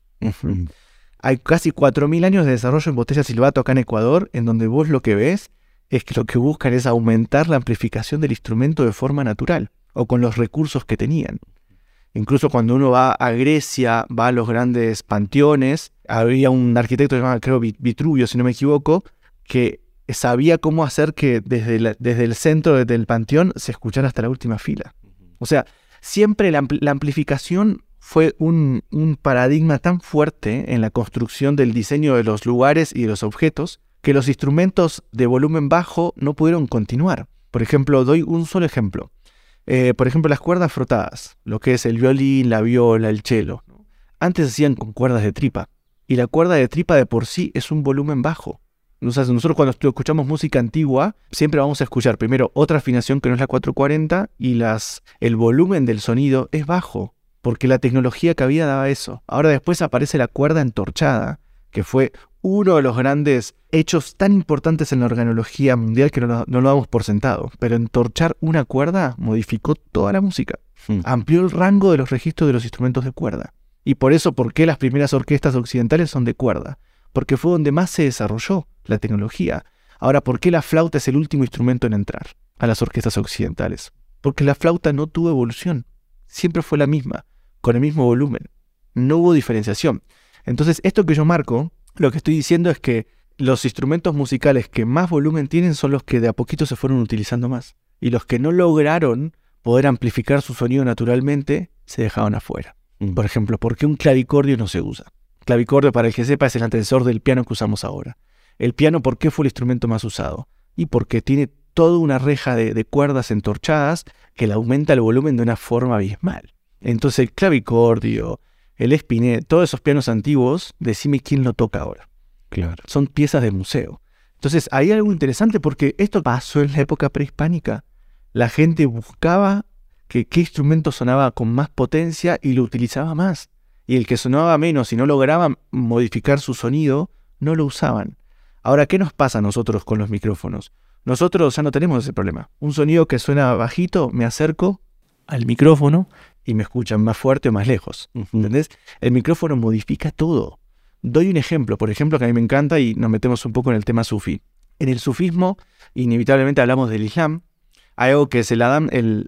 Hay casi 4.000 años de desarrollo en botellas silbato acá en Ecuador, en donde vos lo que ves es que lo que buscan es aumentar la amplificación del instrumento de forma natural o con los recursos que tenían. Incluso cuando uno va a Grecia, va a los grandes panteones, había un arquitecto llamado, creo, Vitruvio, si no me equivoco, que sabía cómo hacer que desde el centro del panteón se escuchara hasta la última fila. O sea, siempre la amplificación fue un paradigma tan fuerte en la construcción del diseño de los lugares y de los objetos que los instrumentos de volumen bajo no pudieron continuar. Por ejemplo, doy un solo ejemplo. Por ejemplo, las cuerdas frotadas, lo que es el violín, la viola, el cello. Antes se hacían con cuerdas de tripa, y la cuerda de tripa de por sí es un volumen bajo. Nosotros cuando escuchamos música antigua, siempre vamos a escuchar primero otra afinación que no es la 440, y el volumen del sonido es bajo, porque la tecnología que había daba eso. Ahora después aparece la cuerda entorchada, que fue uno de los grandes hechos tan importantes en la organología mundial que no lo damos por sentado. Pero entorchar una cuerda modificó toda la música. Amplió el rango de los registros de los instrumentos de cuerda. Y por eso, ¿por qué las primeras orquestas occidentales son de cuerda? Porque fue donde más se desarrolló la tecnología. Ahora, ¿por qué la flauta es el último instrumento en entrar a las orquestas occidentales? Porque la flauta no tuvo evolución. Siempre fue la misma, con el mismo volumen. No hubo diferenciación. Entonces, esto que yo marco, lo que estoy diciendo es que los instrumentos musicales que más volumen tienen son los que de a poquito se fueron utilizando más. Y los que no lograron poder amplificar su sonido naturalmente, se dejaban afuera. Por ejemplo, ¿por qué un clavicordio no se usa? Clavicordio, para el que sepa, es el antecesor del piano que usamos ahora. El piano, ¿por qué fue el instrumento más usado? Y porque tiene toda una reja de cuerdas entorchadas que le aumenta el volumen de una forma abismal. Entonces el clavicordio, el espinet, todos esos pianos antiguos, decime quién lo toca ahora. Claro. Son piezas de museo. Entonces hay algo interesante porque esto pasó en la época prehispánica. La gente buscaba qué instrumento sonaba con más potencia y lo utilizaba más. Y el que sonaba menos y no lograba modificar su sonido, no lo usaban. Ahora, ¿qué nos pasa a nosotros con los micrófonos? Nosotros ya no tenemos ese problema. Un sonido que suena bajito, me acerco al micrófono y me escuchan más fuerte o más lejos. ¿Entendés? El micrófono modifica todo. Doy un ejemplo, por ejemplo, que a mí me encanta y nos metemos un poco en el tema sufí. En el sufismo, inevitablemente hablamos del Islam. Hay algo que es el adán,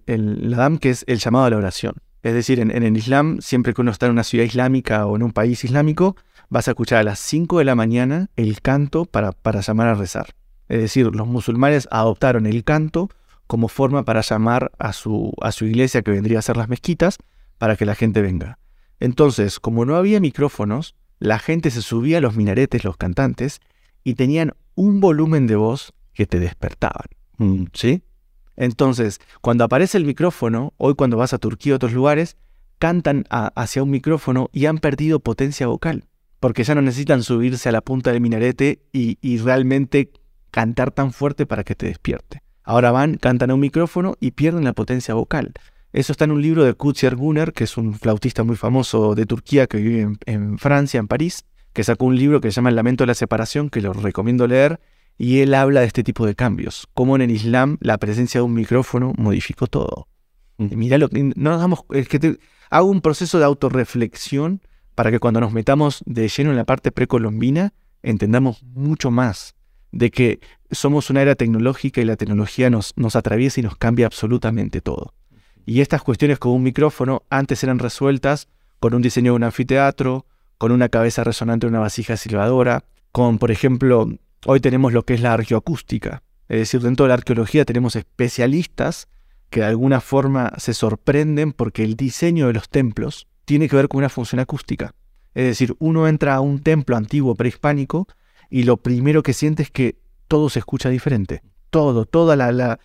que es el llamado a la oración. Es decir, en el Islam, siempre que uno está en una ciudad islámica o en un país islámico, vas a escuchar a las 5 de la mañana el canto para llamar a rezar. Es decir, los musulmanes adoptaron el canto como forma para llamar a su iglesia, que vendría a ser las mezquitas, para que la gente venga. Entonces, como no había micrófonos, la gente se subía a los minaretes, los cantantes, y tenían un volumen de voz que te despertaban. ¿Sí? Entonces, cuando aparece el micrófono, hoy cuando vas a Turquía o otros lugares, cantan hacia un micrófono y han perdido potencia vocal, porque ya no necesitan subirse a la punta del minarete y realmente cantar tan fuerte para que te despierte. Ahora cantan a un micrófono y pierden la potencia vocal. Eso está en un libro de Kutsi Erguner, que es un flautista muy famoso de Turquía que vive en Francia, en París, que sacó un libro que se llama El lamento de la separación, que lo recomiendo leer, y él habla de este tipo de cambios, cómo en el Islam la presencia de un micrófono modificó todo. Mirá lo que no nos damos, es que hago un proceso de autorreflexión para que cuando nos metamos de lleno en la parte precolombina entendamos mucho más de que somos una era tecnológica y la tecnología nos atraviesa y nos cambia absolutamente todo. Y estas cuestiones con un micrófono antes eran resueltas con un diseño de un anfiteatro, con una cabeza resonante de una vasija silbadora, con, por ejemplo, hoy tenemos lo que es la arqueoacústica. Es decir, dentro de la arqueología tenemos especialistas que de alguna forma se sorprenden porque el diseño de los templos tiene que ver con una función acústica. Es decir, uno entra a un templo antiguo prehispánico y lo primero que siente es que todo se escucha diferente. Toda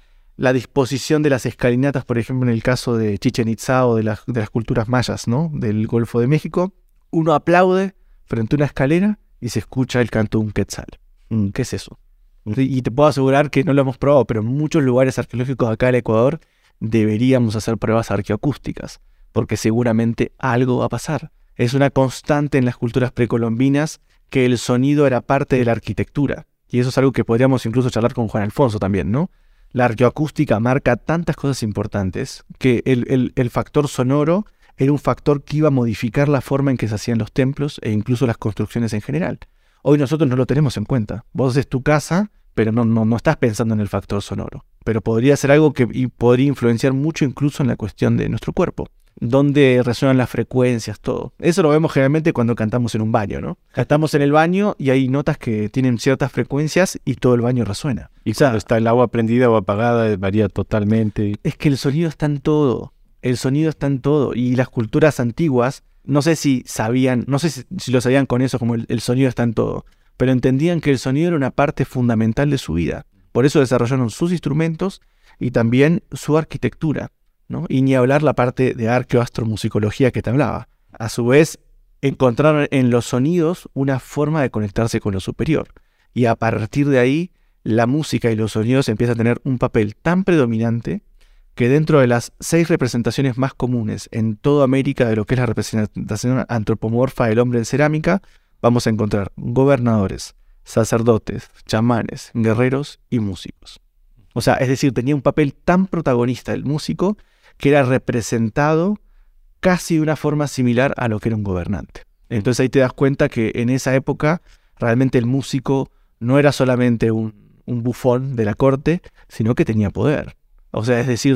la disposición de las escalinatas, por ejemplo, en el caso de Chichén Itzá o de las culturas mayas, ¿no?, del Golfo de México, uno aplaude frente a una escalera y se escucha el canto de un quetzal. ¿Qué es eso? Y te puedo asegurar que no lo hemos probado, pero en muchos lugares arqueológicos acá en Ecuador deberíamos hacer pruebas arqueoacústicas, porque seguramente algo va a pasar. Es una constante en las culturas precolombinas que el sonido era parte de la arquitectura. Y eso es algo que podríamos incluso charlar con Juan Alfonso también, ¿no? La arqueoacústica marca tantas cosas importantes que el factor sonoro era un factor que iba a modificar la forma en que se hacían los templos e incluso las construcciones en general. Hoy nosotros no lo tenemos en cuenta. Vos haces tu casa, pero no estás pensando en el factor sonoro. Pero podría ser algo que podría influenciar mucho incluso en la cuestión de nuestro cuerpo, donde resuenan las frecuencias, todo. Eso lo vemos generalmente cuando cantamos en un baño, ¿no? Cantamos en el baño y hay notas que tienen ciertas frecuencias y todo el baño resuena. Y cuando está el agua prendida o apagada varía totalmente. Es que el sonido está en todo. El sonido está en todo. Y las culturas antiguas, no sé si sabían, no sé si lo sabían con eso, como el sonido está en todo, pero entendían que el sonido era una parte fundamental de su vida. Por eso desarrollaron sus instrumentos y también su arquitectura, ¿no? Y ni hablar la parte de arqueoastromusicología que te hablaba. A su vez, encontraron en los sonidos una forma de conectarse con lo superior. Y a partir de ahí, la música y los sonidos empiezan a tener un papel tan predominante que dentro de las 6 representaciones más comunes en toda América de lo que es la representación antropomorfa del hombre en cerámica, vamos a encontrar gobernadores, sacerdotes, chamanes, guerreros y músicos. O sea, es decir, tenía un papel tan protagonista el músico que era representado casi de una forma similar a lo que era un gobernante. Entonces ahí te das cuenta que en esa época realmente el músico no era solamente un bufón de la corte, sino que tenía poder. O sea, es decir,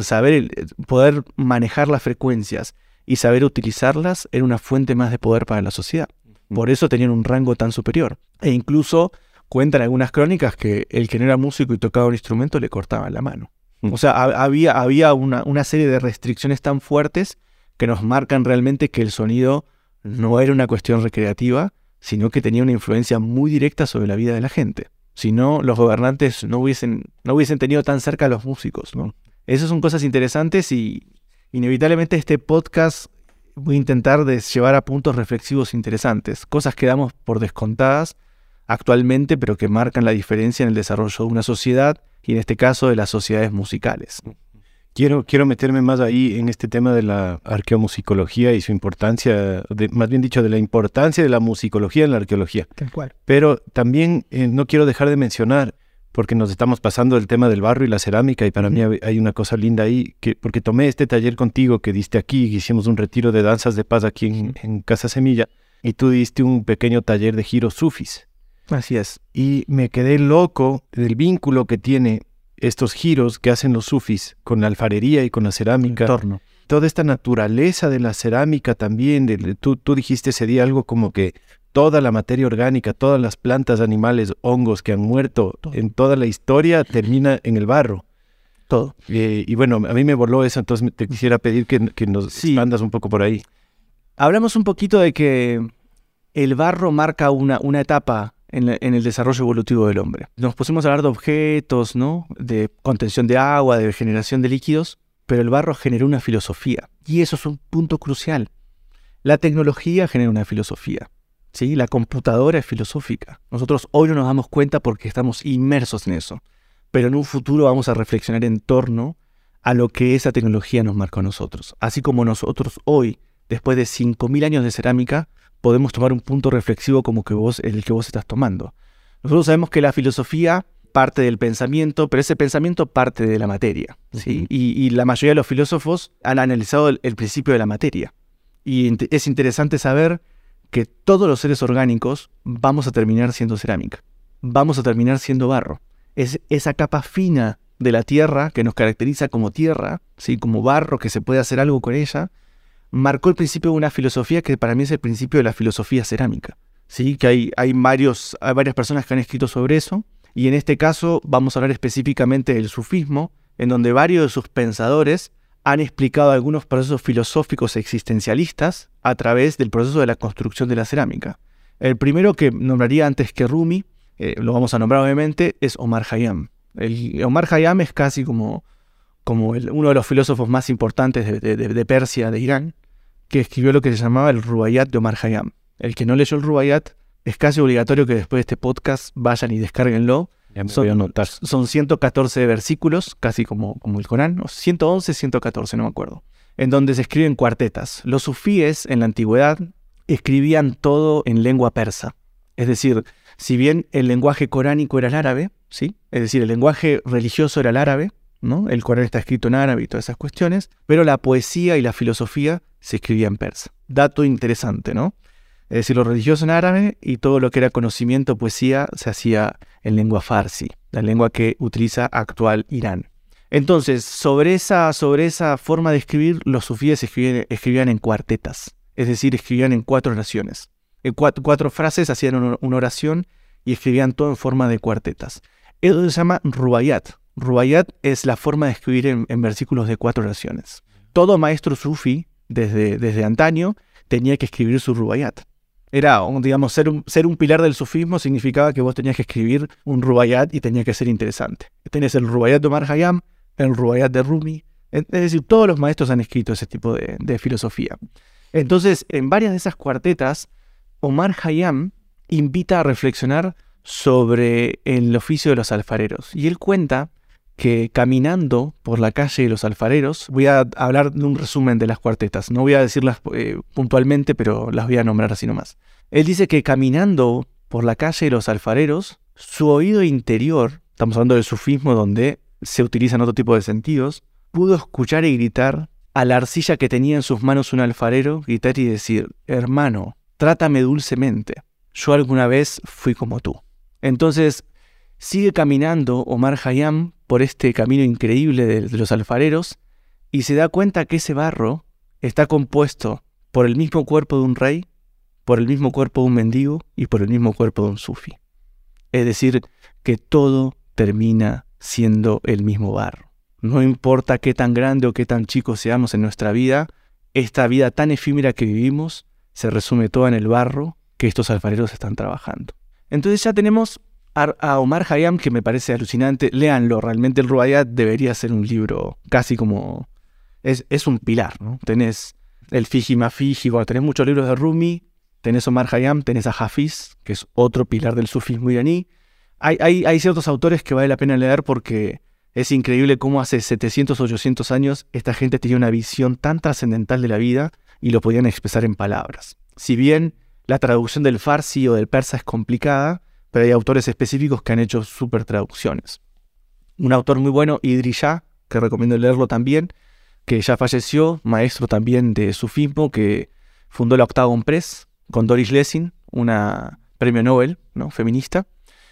poder manejar las frecuencias y saber utilizarlas era una fuente más de poder para la sociedad. Por eso tenían un rango tan superior. E incluso cuentan algunas crónicas que el que no era músico y tocaba un instrumento le cortaban la mano. O sea, había una serie de restricciones tan fuertes que nos marcan realmente que el sonido no era una cuestión recreativa, sino que tenía una influencia muy directa sobre la vida de la gente. Si no, los gobernantes no hubiesen tenido tan cerca a los músicos, ¿no? Esas son cosas interesantes y inevitablemente este podcast voy a intentar llevar a puntos reflexivos interesantes, cosas que damos por descontadas actualmente, pero que marcan la diferencia en el desarrollo de una sociedad y en este caso de las sociedades musicales. Quiero meterme más ahí en este tema de la arqueomusicología y su importancia, más bien dicho, de la importancia de la musicología en la arqueología. Tal cual. Pero también no quiero dejar de mencionar, porque nos estamos pasando el tema del barro y la cerámica, y para mí hay una cosa linda ahí, porque tomé este taller contigo que diste aquí, que hicimos un retiro de danzas de paz aquí en Casa Semilla, y tú diste un pequeño taller de giros sufis. Así es. Y me quedé loco del vínculo que tiene estos giros que hacen los sufis con la alfarería y con la cerámica. Torno. Toda esta naturaleza de la cerámica también. Tú dijiste ese día algo como que toda la materia orgánica, todas las plantas, animales, hongos que han muerto en toda la historia termina en el barro. Todo. Y bueno, a mí me voló eso, entonces te quisiera pedir que nos expandas un poco por ahí. Hablamos un poquito de que el barro marca una etapa en el desarrollo evolutivo del hombre. Nos pusimos a hablar de objetos, ¿no? De contención de agua, de generación de líquidos, pero el barro generó una filosofía. Y eso es un punto crucial. La tecnología genera una filosofía, ¿sí? La computadora es filosófica. Nosotros hoy no nos damos cuenta porque estamos inmersos en eso. Pero en un futuro vamos a reflexionar en torno a lo que esa tecnología nos marcó a nosotros. Así como nosotros hoy, después de 5.000 años de cerámica, podemos tomar un punto reflexivo como el que vos estás tomando. Nosotros sabemos que la filosofía parte del pensamiento, pero ese pensamiento parte de la materia, ¿sí? Uh-huh. Y la mayoría de los filósofos han analizado el principio de la materia. Y es interesante saber que todos los seres orgánicos vamos a terminar siendo cerámica. Vamos a terminar siendo barro. Es esa capa fina de la tierra que nos caracteriza como tierra, ¿sí? Como barro, que se puede hacer algo con ella, marcó el principio de una filosofía que para mí es el principio de la filosofía cerámica, ¿sí? Que hay varias personas que han escrito sobre eso, y en este caso vamos a hablar específicamente del sufismo, en donde varios de sus pensadores han explicado algunos procesos filosóficos existencialistas a través del proceso de la construcción de la cerámica. El primero que nombraría antes que Rumi, lo vamos a nombrar obviamente, es Omar Khayyam. Omar Khayyam es casi como uno de los filósofos más importantes de Persia, de Irán, que escribió lo que se llamaba el Rubaiyat de Omar Khayyam. El que no leyó el Rubaiyat, es casi obligatorio que después de este podcast vayan y descárguenlo. Ya me voy a anotar. Son 114 versículos, casi como el Corán, o 111, 114, no me acuerdo, en donde se escriben cuartetas. Los sufíes en la antigüedad escribían todo en lengua persa. Es decir, si bien el lenguaje coránico era el árabe, ¿sí? Es decir, el lenguaje religioso era el árabe, ¿no? El Corán está escrito en árabe y todas esas cuestiones, pero la poesía y la filosofía se escribía en persa. Dato interesante, ¿no? Es decir, lo religioso en árabe y todo lo que era conocimiento, poesía, se hacía en lengua farsi, la lengua que utiliza actual Irán. Entonces, sobre esa forma de escribir, los sufíes escribían en cuartetas, es decir, escribían en 4 oraciones. En cuatro frases hacían una oración y escribían todo en forma de cuartetas. Eso se llama Rubaiyat. Rubaiyat es la forma de escribir en versículos de 4 oraciones. Todo maestro sufi, desde antaño, tenía que escribir su Rubaiyat. Era, digamos, ser un pilar del sufismo significaba que vos tenías que escribir un Rubaiyat y tenía que ser interesante. Tenés el Rubaiyat de Omar Khayyam, el Rubaiyat de Rumi. Es decir, todos los maestros han escrito ese tipo de filosofía. Entonces, en varias de esas cuartetas, Omar Khayyam invita a reflexionar sobre el oficio de los alfareros. Y él cuenta que caminando por la calle de los alfareros, voy a hablar de un resumen de las cuartetas, no voy a decirlas puntualmente, pero las voy a nombrar así nomás. Él dice que caminando por la calle de los alfareros, su oído interior, estamos hablando del sufismo donde se utilizan otro tipo de sentidos, pudo escuchar y gritar a la arcilla que tenía en sus manos un alfarero, gritar y decir: hermano, trátame dulcemente, yo alguna vez fui como tú. Entonces, sigue caminando Omar Khayyam por este camino increíble de los alfareros y se da cuenta que ese barro está compuesto por el mismo cuerpo de un rey, por el mismo cuerpo de un mendigo y por el mismo cuerpo de un sufi. Es decir, que todo termina siendo el mismo barro. No importa qué tan grande o qué tan chico seamos en nuestra vida, esta vida tan efímera que vivimos se resume toda en el barro que estos alfareros están trabajando. Entonces ya tenemos a Omar Khayyam, que me parece alucinante. Léanlo, realmente el Rubaiyat debería ser un libro casi como... Es un pilar, ¿no? Tenés el Fiji Mafiji, bueno, tenés muchos libros de Rumi, tenés Omar Khayyam, tenés a Hafiz, que es otro pilar del sufismo iraní. Hay ciertos autores que vale la pena leer porque Es increíble cómo hace 700, 800 años esta gente tenía una visión tan trascendental de la vida y lo podían expresar en palabras. Si bien la traducción del farsi o del persa es complicada, pero hay autores específicos que han hecho súper traducciones. Un autor muy bueno, Idries Shah, que recomiendo leerlo también, que ya falleció, maestro también de sufismo, que fundó la Octagon Press con Doris Lessing, una premio Nobel, ¿no?, feminista,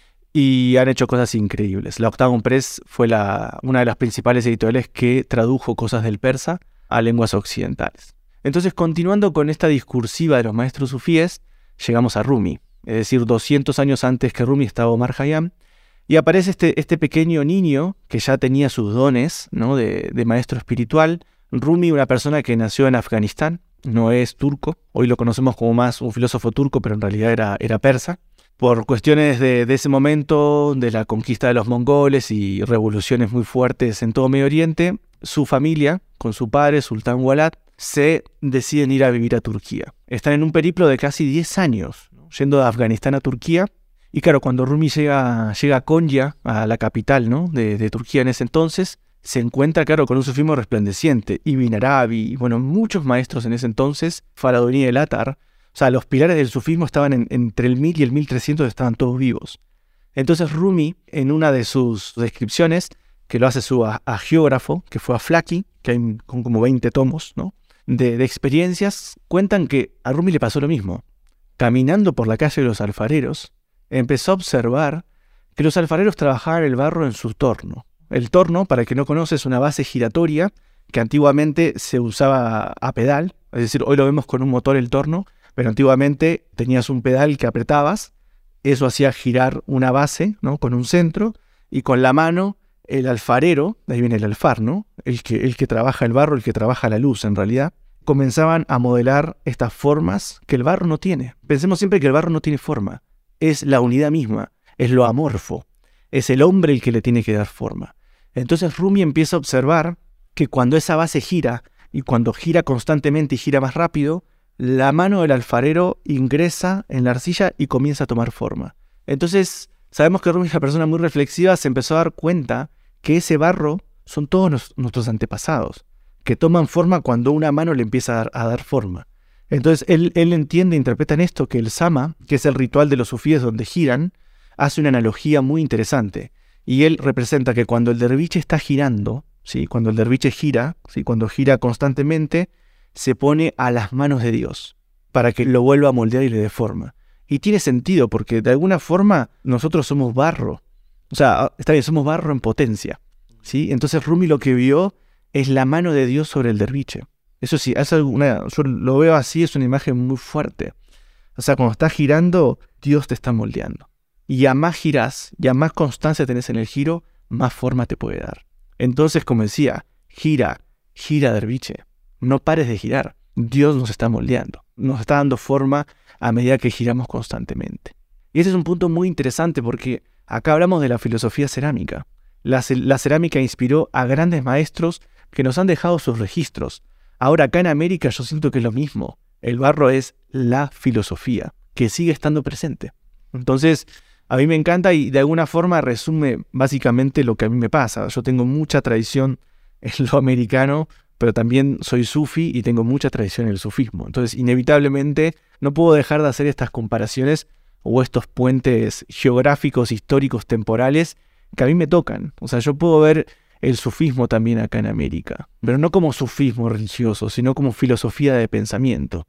y han hecho cosas increíbles. La Octagon Press fue una de las principales editoriales que tradujo cosas del persa a lenguas occidentales. Entonces, continuando con esta discursiva de los maestros sufíes, llegamos a Rumi. Es decir, 200 años antes que Rumi estaba Omar Khayyam, y aparece este pequeño niño que ya tenía sus dones, ¿no?, de maestro espiritual. Rumi, una persona que nació en Afganistán, no es turco. Hoy lo conocemos como más un filósofo turco, pero en realidad era persa. Por cuestiones de ese momento, de la conquista de los mongoles y revoluciones muy fuertes en todo Medio Oriente, su familia, con su padre, Sultán Walad, se deciden ir a vivir a Turquía. Están en un periplo de casi 10 años, ¿no?, yendo de Afganistán a Turquía. Y claro, cuando Rumi llega a Konya, a la capital, ¿no?, de Turquía en ese entonces, se encuentra, claro, con un sufismo resplandeciente. Ibn Arabi, bueno, muchos maestros en ese entonces, Faraduní el Atar. O sea, los pilares del sufismo estaban entre el 1000 y el 1300, estaban todos vivos. Entonces Rumi, en una de sus descripciones, que lo hace su agiógrafo, que fue Aflaki, que hay como 20 tomos, ¿no?, de experiencias, cuentan que a Rumi le pasó lo mismo. Caminando por la calle de los alfareros, empezó a observar que los alfareros trabajaban el barro en su torno. El torno, para el que no conoce, es una base giratoria que antiguamente se usaba a pedal, es decir, hoy lo vemos con un motor el torno, pero antiguamente tenías un pedal que apretabas, eso hacía girar una base, ¿no?, con un centro, y con la mano el alfarero, de ahí viene el alfar, ¿no?, el que trabaja el barro, el que trabaja la luz en realidad, comenzaban a modelar estas formas que el barro no tiene. Pensemos siempre que el barro no tiene forma. Es la unidad misma, es lo amorfo, es el hombre el que le tiene que dar forma. Entonces Rumi empieza a observar que cuando esa base gira, y cuando gira constantemente y gira más rápido, la mano del alfarero ingresa en la arcilla y comienza a tomar forma. Entonces, sabemos que Rumi es una persona muy reflexiva, se empezó a dar cuenta que ese barro son todos nuestros antepasados, que toman forma cuando una mano le empieza a dar forma. Entonces él entiende, interpreta en esto que el sama, que es el ritual de los sufíes donde giran, hace una analogía muy interesante. Y él representa que cuando el derviche está girando, ¿sí?, cuando el derviche gira, ¿sí?, cuando gira constantemente, se pone a las manos de Dios para que lo vuelva a moldear y le dé forma. Y tiene sentido porque de alguna forma nosotros somos barro. O sea, está bien, somos barro en potencia, ¿sí? Entonces Rumi lo que vio es la mano de Dios sobre el derviche. Eso sí, yo lo veo así, es una imagen muy fuerte. O sea, cuando estás girando, Dios te está moldeando. Y a más girás, y a más constancia tenés en el giro, más forma te puede dar. Entonces, como decía, gira derviche. No pares de girar. Dios nos está moldeando. Nos está dando forma a medida que giramos constantemente. Y ese es un punto muy interesante porque acá hablamos de la filosofía cerámica. La cerámica inspiró a grandes maestros que nos han dejado sus registros. Ahora acá en América yo siento que es lo mismo. El barro es la filosofía, que sigue estando presente. Entonces, a mí me encanta y de alguna forma resume básicamente lo que a mí me pasa. Yo tengo mucha tradición en lo americano, pero también soy sufi y tengo mucha tradición en el sufismo. Entonces, inevitablemente, no puedo dejar de hacer estas comparaciones o estos puentes geográficos, históricos, temporales, que a mí me tocan. O sea, yo puedo ver el sufismo también acá en América, pero no como sufismo religioso, sino como filosofía de pensamiento.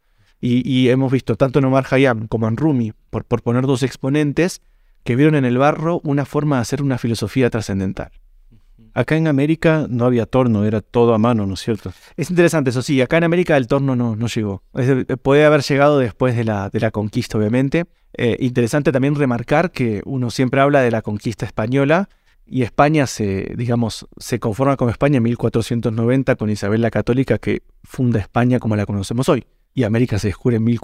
Y hemos visto tanto en Omar Khayyam como en Rumi, por poner dos exponentes, que vieron en el barro una forma de hacer una filosofía trascendental. Acá en América no había torno, era todo a mano, ¿no es cierto? Es interesante eso, sí. Acá en América el torno no llegó. Puede haber llegado después de la conquista, obviamente. Interesante también remarcar que uno siempre habla de la conquista española y España se conforma como España en 1490 con Isabel la Católica, que funda España como la conocemos hoy. Y América se descubre en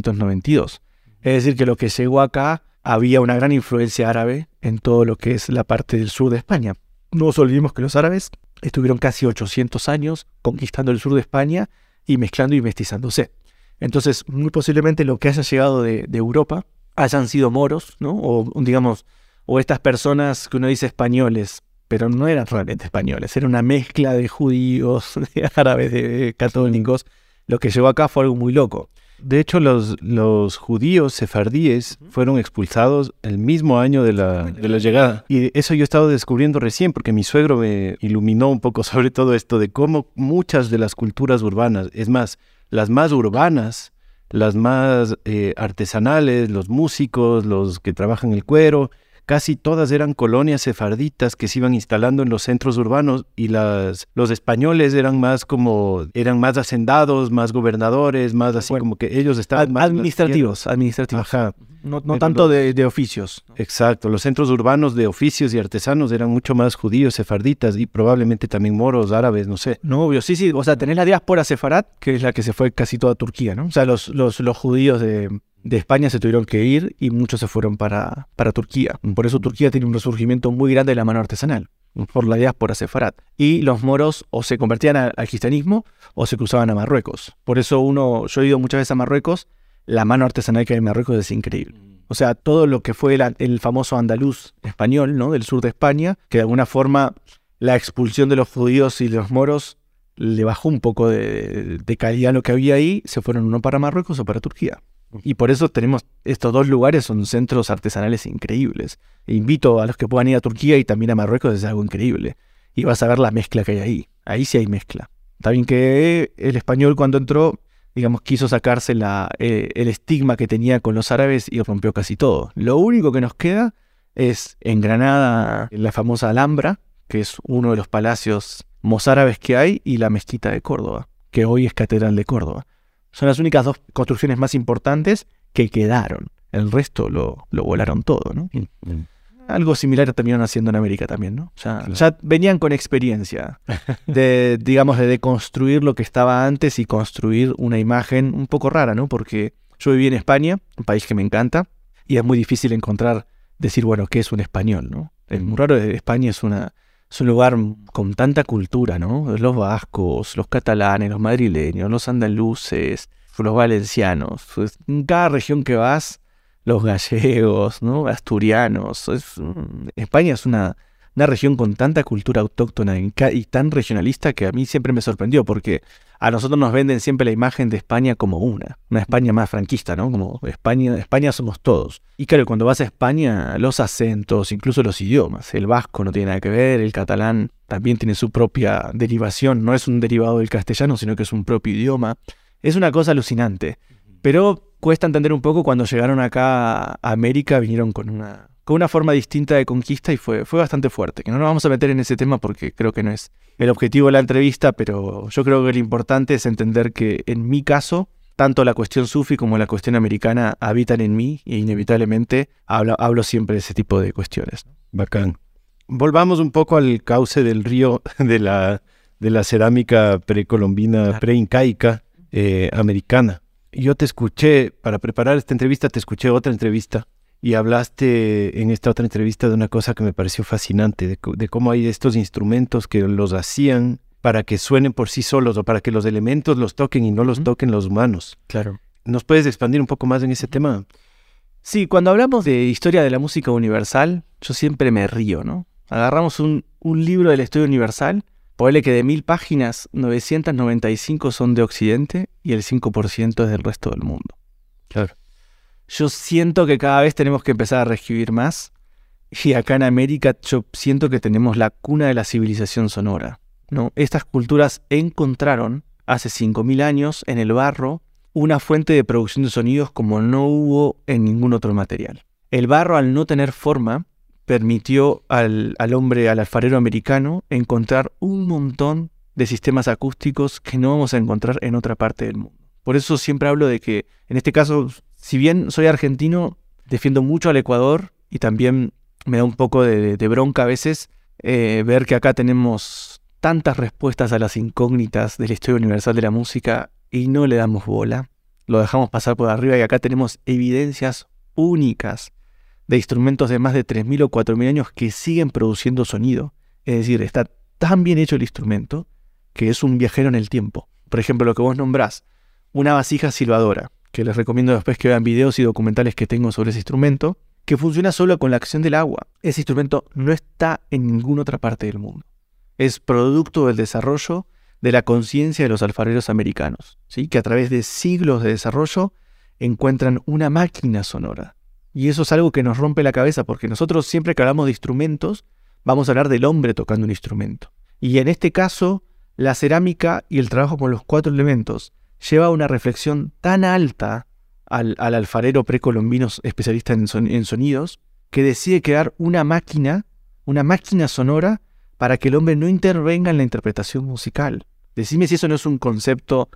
1492. Es decir, que lo que llegó acá había una gran influencia árabe en todo lo que es la parte del sur de España. No nos olvidemos que los árabes estuvieron casi 800 años conquistando el sur de España y mezclando y mestizándose. Entonces, muy posiblemente lo que haya llegado de Europa hayan sido moros, ¿no? O estas personas que uno dice españoles, pero no eran realmente españoles, era una mezcla de judíos, de árabes, de católicos. Lo que llegó acá fue algo muy loco. De hecho, los judíos sefardíes fueron expulsados el mismo año de la llegada. Y eso yo he estado descubriendo recién, porque mi suegro me iluminó un poco sobre todo esto, de cómo muchas de las culturas urbanas, es más, las más urbanas, las más artesanales, los músicos, los que trabajan el cuero, casi todas eran colonias sefarditas que se iban instalando en los centros urbanos, y los españoles eran más hacendados, más gobernadores, más así, bueno, como que ellos estaban más administrativos. Ajá. No tanto de oficios. Exacto, los centros urbanos de oficios y artesanos eran mucho más judíos, sefarditas, y probablemente también moros, árabes, no sé. No, obvio, sí, o sea, tenés la diáspora sefarad, que es la que se fue casi toda Turquía, ¿no? O sea, los judíos de España se tuvieron que ir y muchos se fueron para Turquía. Por eso Turquía tiene un resurgimiento muy grande de la mano artesanal, por la diáspora sefarad. Y los moros o se convertían al cristianismo o se cruzaban a Marruecos. Por eso yo he ido muchas veces a Marruecos. La mano artesanal que hay en Marruecos es increíble. O sea, todo lo que fue el famoso andaluz español, ¿no? Del sur de España, que de alguna forma la expulsión de los judíos y los moros le bajó un poco de calidad lo que había ahí, se fueron uno para Marruecos o para Turquía. Y por eso tenemos estos dos lugares, son centros artesanales increíbles. E invito a los que puedan ir a Turquía y también a Marruecos, es algo increíble. Y vas a ver la mezcla que hay ahí. Ahí sí hay mezcla. Está bien que el español cuando entró, digamos, quiso sacarse el estigma que tenía con los árabes y rompió casi todo. Lo único que nos queda es en Granada la famosa Alhambra, que es uno de los palacios mozárabes que hay, y la mezquita de Córdoba, que hoy es Catedral de Córdoba. Son las únicas dos construcciones más importantes que quedaron. El resto lo volaron todo, ¿no? Algo similar terminaron haciendo en América también, ¿no? Ya venían con experiencia de deconstruir lo que estaba antes y construir una imagen un poco rara, ¿no? Porque yo viví en España, un país que me encanta, y es muy difícil decir, bueno, ¿qué es un español, no? Es muy raro. España es un lugar con tanta cultura, ¿no? Los vascos, los catalanes, los madrileños, los andaluces, los valencianos. En cada región que vas, los gallegos, ¿no? Asturianos. España es una región con tanta cultura autóctona y tan regionalista que a mí siempre me sorprendió, porque a nosotros nos venden siempre la imagen de España como una España más franquista, ¿no? Como España somos todos. Y claro, cuando vas a España, los acentos, incluso los idiomas, el vasco no tiene nada que ver, el catalán también tiene su propia derivación, no es un derivado del castellano, sino que es un propio idioma. Es una cosa alucinante, pero cuesta entender un poco. Cuando llegaron acá a América, vinieron con una forma distinta de conquista y fue bastante fuerte. Que no nos vamos a meter en ese tema porque creo que no es el objetivo de la entrevista, pero yo creo que lo importante es entender que en mi caso, tanto la cuestión sufi como la cuestión americana habitan en mí e inevitablemente hablo siempre de ese tipo de cuestiones. Bacán. Volvamos un poco al cauce del río de la cerámica precolombina, preincaica, americana. Yo te escuché, para preparar esta entrevista, te escuché otra entrevista y hablaste en esta otra entrevista de una cosa que me pareció fascinante, de cómo hay estos instrumentos que los hacían para que suenen por sí solos o para que los elementos los toquen y no los toquen los humanos. Claro. ¿Nos puedes expandir un poco más en ese tema? Sí, cuando hablamos de historia de la música universal, yo siempre me río, ¿no? Agarramos un libro de la historia universal, ponele que de 1000 páginas, 995 son de Occidente y el 5% es del resto del mundo. Claro. Yo siento que cada vez tenemos que empezar a reescribir más, y acá en América yo siento que tenemos la cuna de la civilización sonora, ¿no? Estas culturas encontraron hace 5000 años en el barro una fuente de producción de sonidos como no hubo en ningún otro material. El barro, al no tener forma, permitió al hombre, al alfarero americano, encontrar un montón de sistemas acústicos que no vamos a encontrar en otra parte del mundo. Por eso siempre hablo de que, en este caso, si bien soy argentino, defiendo mucho al Ecuador y también me da un poco de bronca a veces ver que acá tenemos tantas respuestas a las incógnitas de la historia universal de la música y no le damos bola. Lo dejamos pasar por arriba y acá tenemos evidencias únicas de instrumentos de más de 3000 o 4000 años que siguen produciendo sonido. Es decir, está tan bien hecho el instrumento que es un viajero en el tiempo. Por ejemplo, lo que vos nombrás, una vasija silbadora, que les recomiendo después que vean videos y documentales que tengo sobre ese instrumento, que funciona solo con la acción del agua. Ese instrumento no está en ninguna otra parte del mundo. Es producto del desarrollo de la conciencia de los alfareros americanos, ¿sí? Que a través de siglos de desarrollo encuentran una máquina sonora. Y eso es algo que nos rompe la cabeza, porque nosotros siempre que hablamos de instrumentos, vamos a hablar del hombre tocando un instrumento. Y en este caso, la cerámica y el trabajo con los 4 elementos lleva a una reflexión tan alta al alfarero precolombino especialista en sonidos, que decide crear una máquina sonora para que el hombre no intervenga en la interpretación musical. Decime si eso no es un concepto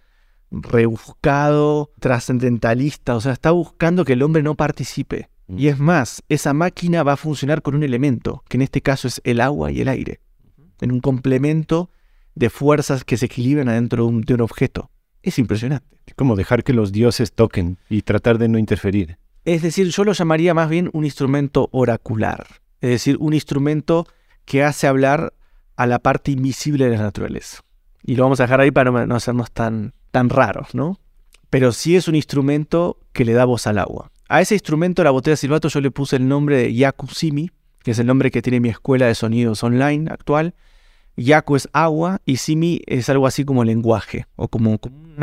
rebuscado, trascendentalista, o sea, está buscando que el hombre no participe. Y es más, esa máquina va a funcionar con un elemento, que en este caso es el agua y el aire, en un complemento de fuerzas que se equilibran adentro de un objeto. Es impresionante. Como dejar que los dioses toquen y tratar de no interferir. Es decir, yo lo llamaría más bien un instrumento oracular. Es decir, un instrumento que hace hablar a la parte invisible de la naturaleza. Y lo vamos a dejar ahí para no hacernos tan raros, ¿no? Pero sí es un instrumento que le da voz al agua. A ese instrumento, la botella de silbato, yo le puse el nombre de Yaku Simi, que es el nombre que tiene mi escuela de sonidos online actual. Yaku es agua y Simi es algo así como lenguaje o como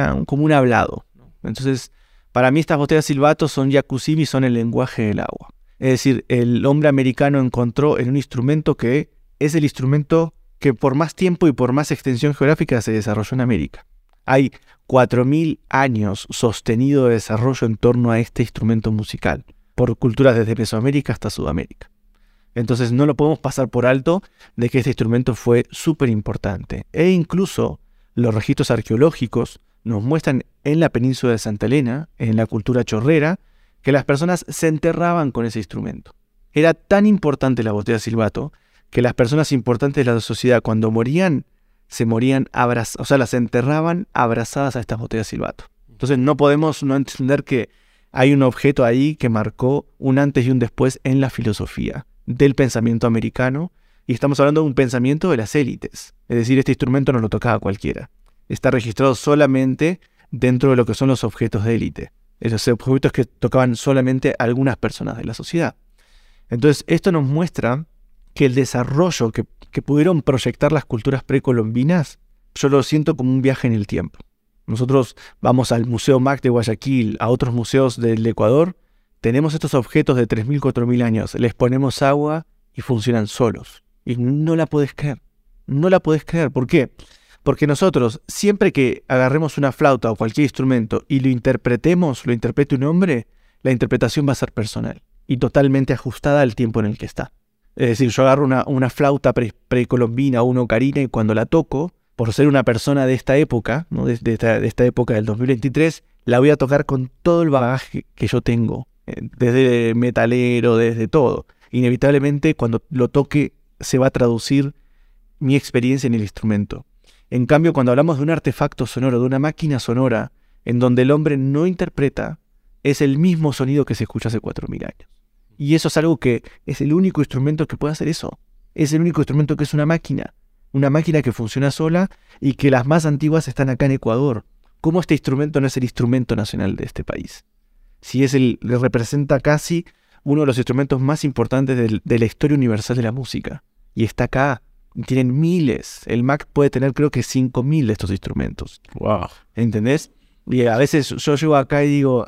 un hablado. Entonces, para mí estas botellas de silbato son Yaku Simi, son el lenguaje del agua. Es decir, el hombre americano encontró en un instrumento que es el instrumento que por más tiempo y por más extensión geográfica se desarrolló en América. Hay 4.000 años sostenido de desarrollo en torno a este instrumento musical, por culturas desde Mesoamérica hasta Sudamérica. Entonces no lo podemos pasar por alto de que este instrumento fue súper importante. E incluso los registros arqueológicos nos muestran en la península de Santa Elena, en la cultura chorrera, que las personas se enterraban con ese instrumento. Era tan importante la botella de silbato que las personas importantes de la sociedad, cuando morían, se morían abrazadas, o sea, las enterraban abrazadas a estas botellas de silbato. Entonces no podemos no entender que hay un objeto ahí que marcó un antes y un después en la filosofía del pensamiento americano, y estamos hablando de un pensamiento de las élites. Es decir, este instrumento no lo tocaba cualquiera. Está registrado solamente dentro de lo que son los objetos de élite. Esos objetos que tocaban solamente algunas personas de la sociedad. Entonces, esto nos muestra que el desarrollo que pudieron proyectar las culturas precolombinas, yo lo siento como un viaje en el tiempo. Nosotros vamos al Museo MAC de Guayaquil, a otros museos del Ecuador, tenemos estos objetos de 3.000, 4.000 años, les ponemos agua y funcionan solos. Y no la podés creer. No la podés creer. ¿Por qué? Porque nosotros, siempre que agarremos una flauta o cualquier instrumento y lo interprete un hombre, la interpretación va a ser personal y totalmente ajustada al tiempo en el que está. Es decir, yo agarro una flauta precolombina o una ocarina y cuando la toco, por ser una persona de esta época, ¿no? de esta época del 2023, la voy a tocar con todo el bagaje que yo tengo. Desde metalero, desde todo. Inevitablemente cuando lo toque se va a traducir mi experiencia en el instrumento. En cambio, cuando hablamos de un artefacto sonoro, de una máquina sonora, en donde el hombre no interpreta, es el mismo sonido que se escucha hace 4.000 años. Y eso es algo que es el único instrumento que puede hacer eso. Es el único instrumento que es una máquina que funciona sola y que las más antiguas están acá en Ecuador. ¿Cómo este instrumento no es el instrumento nacional de este país? Si le representa casi uno de los instrumentos más importantes de la historia universal de la música. Y está acá. Tienen miles. El MAC puede tener creo que 5.000 de estos instrumentos. Wow. ¿Entendés? Y a veces yo llego acá y digo,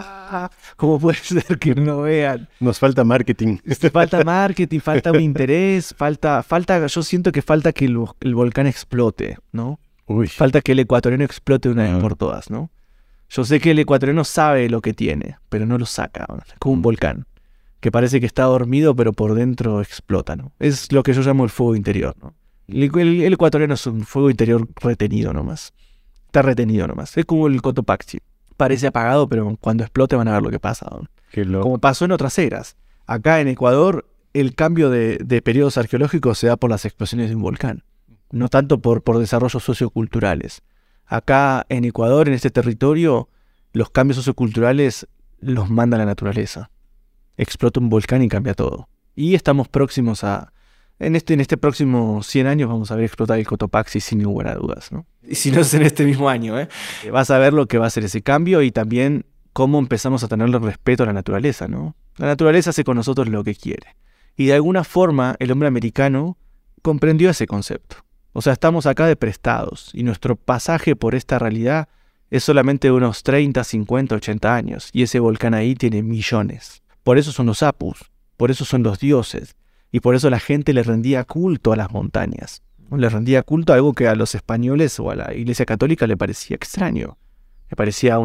¿cómo puede ser que no vean? Nos falta marketing. Falta marketing, falta un interés, yo siento que falta que el volcán explote, ¿no? Uy. Falta que el ecuatoriano explote de una vez por todas, ¿no? Yo sé que el ecuatoriano sabe lo que tiene, pero no lo saca, ¿no? Es como un volcán, que parece que está dormido, pero por dentro explota, ¿no? Es lo que yo llamo el fuego interior, ¿no? El ecuatoriano es un fuego interior retenido nomás. Está retenido nomás. Es como el Cotopaxi. Parece apagado, pero cuando explote van a ver lo que pasa, ¿no? Qué loco. Como pasó en otras eras. Acá en Ecuador, el cambio de periodos arqueológicos se da por las explosiones de un volcán. No tanto por desarrollos socioculturales. Acá en Ecuador, en este territorio, los cambios socioculturales los manda la naturaleza. Explota un volcán y cambia todo. Y estamos próximos a... En este próximo 100 años vamos a ver explotar el Cotopaxi sin ninguna duda, ¿no? Y si no es en este mismo año, vas a ver lo que va a ser ese cambio y también cómo empezamos a tenerle respeto a la naturaleza, ¿no? La naturaleza hace con nosotros lo que quiere. Y de alguna forma el hombre americano comprendió ese concepto. O sea, estamos acá de prestados y nuestro pasaje por esta realidad es solamente de unos 30, 50, 80 años. Y ese volcán ahí tiene millones. Por eso son los apus, por eso son los dioses. Y por eso la gente le rendía culto a las montañas. Le rendía culto a algo que a los españoles o a la Iglesia Católica le parecía extraño. Le parecía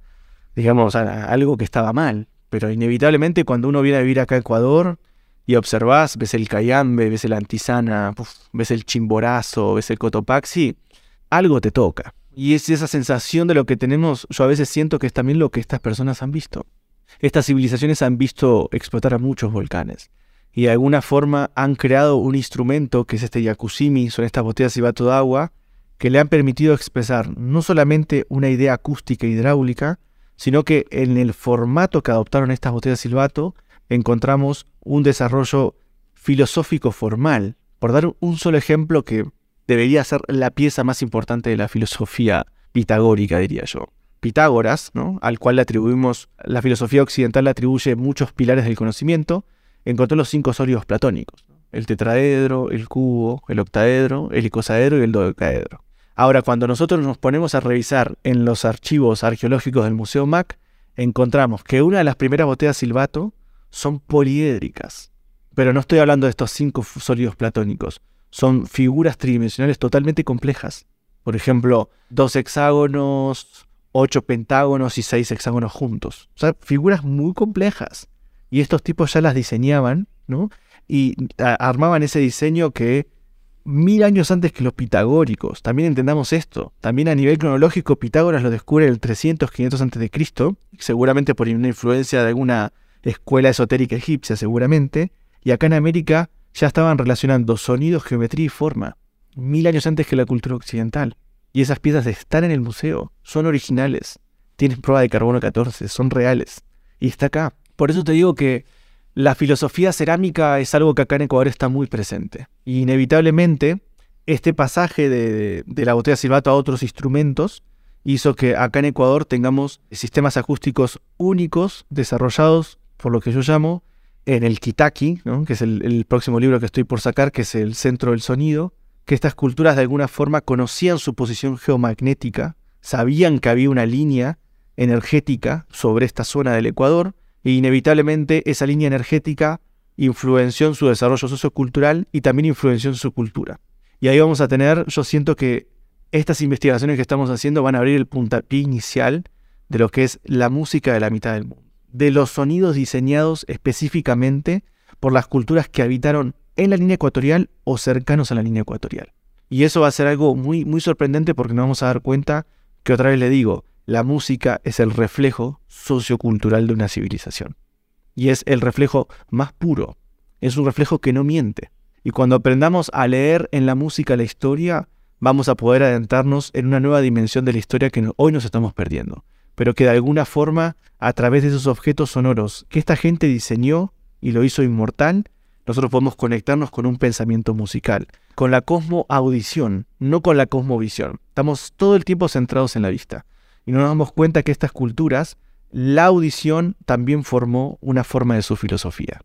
algo que estaba mal. Pero inevitablemente cuando uno viene a vivir acá a Ecuador y observás, ves el Cayambe, ves el Antisana, ves el Chimborazo, ves el Cotopaxi, algo te toca. Y es esa sensación de lo que tenemos, yo a veces siento que es también lo que estas personas han visto. Estas civilizaciones han visto explotar a muchos volcanes. Y de alguna forma han creado un instrumento, que es este yakusimi, son estas botellas silbato de agua, que le han permitido expresar no solamente una idea acústica hidráulica, sino que en el formato que adoptaron estas botellas silbato encontramos un desarrollo filosófico formal. Por dar un solo ejemplo que debería ser la pieza más importante de la filosofía pitagórica, diría yo. Pitágoras, ¿no?, al cual le atribuimos, la filosofía occidental le atribuye muchos pilares del conocimiento, encontró los 5 sólidos platónicos: el tetraedro, el cubo, el octaedro, el icosaedro y el dodecaedro. Ahora, cuando nosotros nos ponemos a revisar en los archivos arqueológicos del Museo MAC, encontramos que una de las primeras botellas silbato son poliédricas. Pero no estoy hablando de estos 5 sólidos platónicos. Son figuras tridimensionales totalmente complejas. Por ejemplo, 2 hexágonos, 8 pentágonos y 6 hexágonos juntos. O sea, figuras muy complejas. Y estos tipos ya las diseñaban, ¿no? Y armaban ese diseño que 1000 años antes que los pitagóricos. También entendamos esto. También a nivel cronológico, Pitágoras lo descubre en el 300, 500 a.C., seguramente por una influencia de alguna escuela esotérica egipcia, seguramente. Y acá en América ya estaban relacionando sonido, geometría y forma. 1000 años antes que la cultura occidental. Y esas piezas están en el museo, son originales, tienen prueba de carbono 14, son reales. Y está acá. Por eso te digo que la filosofía cerámica es algo que acá en Ecuador está muy presente. Y inevitablemente, este pasaje de la botella silbato a otros instrumentos hizo que acá en Ecuador tengamos sistemas acústicos únicos, desarrollados por lo que yo llamo en el Kitaki, ¿no?, que es el próximo libro que estoy por sacar, que es el centro del sonido, que estas culturas de alguna forma conocían su posición geomagnética, sabían que había una línea energética sobre esta zona del Ecuador, e inevitablemente esa línea energética influenció en su desarrollo sociocultural y también influenció en su cultura. Y ahí vamos a tener, yo siento que estas investigaciones que estamos haciendo van a abrir el puntapié inicial de lo que es la música de la mitad del mundo, de los sonidos diseñados específicamente por las culturas que habitaron en la línea ecuatorial o cercanos a la línea ecuatorial. Y eso va a ser algo muy, muy sorprendente, porque nos vamos a dar cuenta que, otra vez le digo, la música es el reflejo sociocultural de una civilización. Y es el reflejo más puro. Es un reflejo que no miente. Y cuando aprendamos a leer en la música la historia, vamos a poder adentrarnos en una nueva dimensión de la historia que hoy nos estamos perdiendo. Pero que de alguna forma, a través de esos objetos sonoros que esta gente diseñó y lo hizo inmortal, nosotros podemos conectarnos con un pensamiento musical, con la cosmoaudición, no con la cosmovisión. Estamos todo el tiempo centrados en la vista. Y no nos damos cuenta que estas culturas, la audición también formó una forma de su filosofía.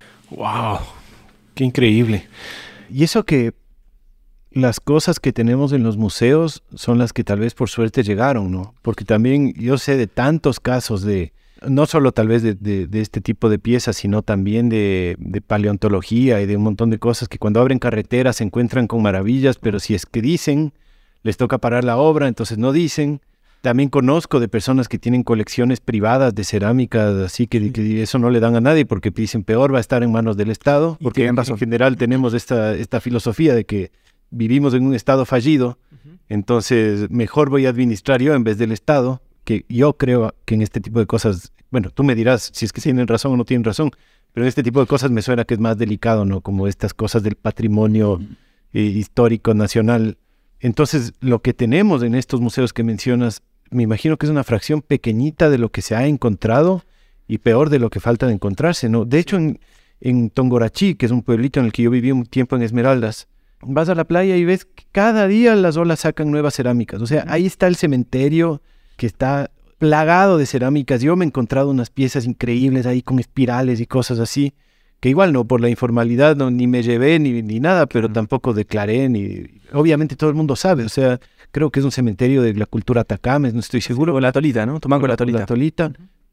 ¡Wow! ¡Qué increíble! Y eso que las cosas que tenemos en los museos son las que tal vez por suerte llegaron, ¿no? Porque también yo sé de tantos casos de, no solo tal vez de este tipo de piezas, sino también de paleontología y de un montón de cosas que cuando abren carreteras se encuentran con maravillas, pero si es que dicen, les toca parar la obra, entonces no dicen. También conozco de personas que tienen colecciones privadas de cerámica, así que eso no le dan a nadie porque dicen peor va a estar en manos del Estado, porque en general tenemos esta filosofía de que vivimos en un Estado fallido, entonces mejor voy a administrar yo en vez del Estado, que yo creo que en este tipo de cosas, bueno, tú me dirás si es que tienen razón o no tienen razón, pero en este tipo de cosas me suena que es más delicado, ¿no? Como estas cosas del patrimonio histórico nacional. Entonces, lo que tenemos en estos museos que mencionas, me imagino que es una fracción pequeñita de lo que se ha encontrado y peor de lo que falta de encontrarse, ¿no? De hecho, en Tongorachi, que es un pueblito en el que yo viví un tiempo en Esmeraldas, vas a la playa y ves que cada día las olas sacan nuevas cerámicas. O sea, ahí está el cementerio que está plagado de cerámicas. Yo me he encontrado unas piezas increíbles ahí con espirales y cosas así, que igual no, por la informalidad ni me llevé ni nada, pero tampoco declaré, obviamente todo el mundo sabe, o sea, creo que es un cementerio de la cultura Atacames, no estoy seguro. Con la tolita, ¿no? Toman con la tolita. La tolita,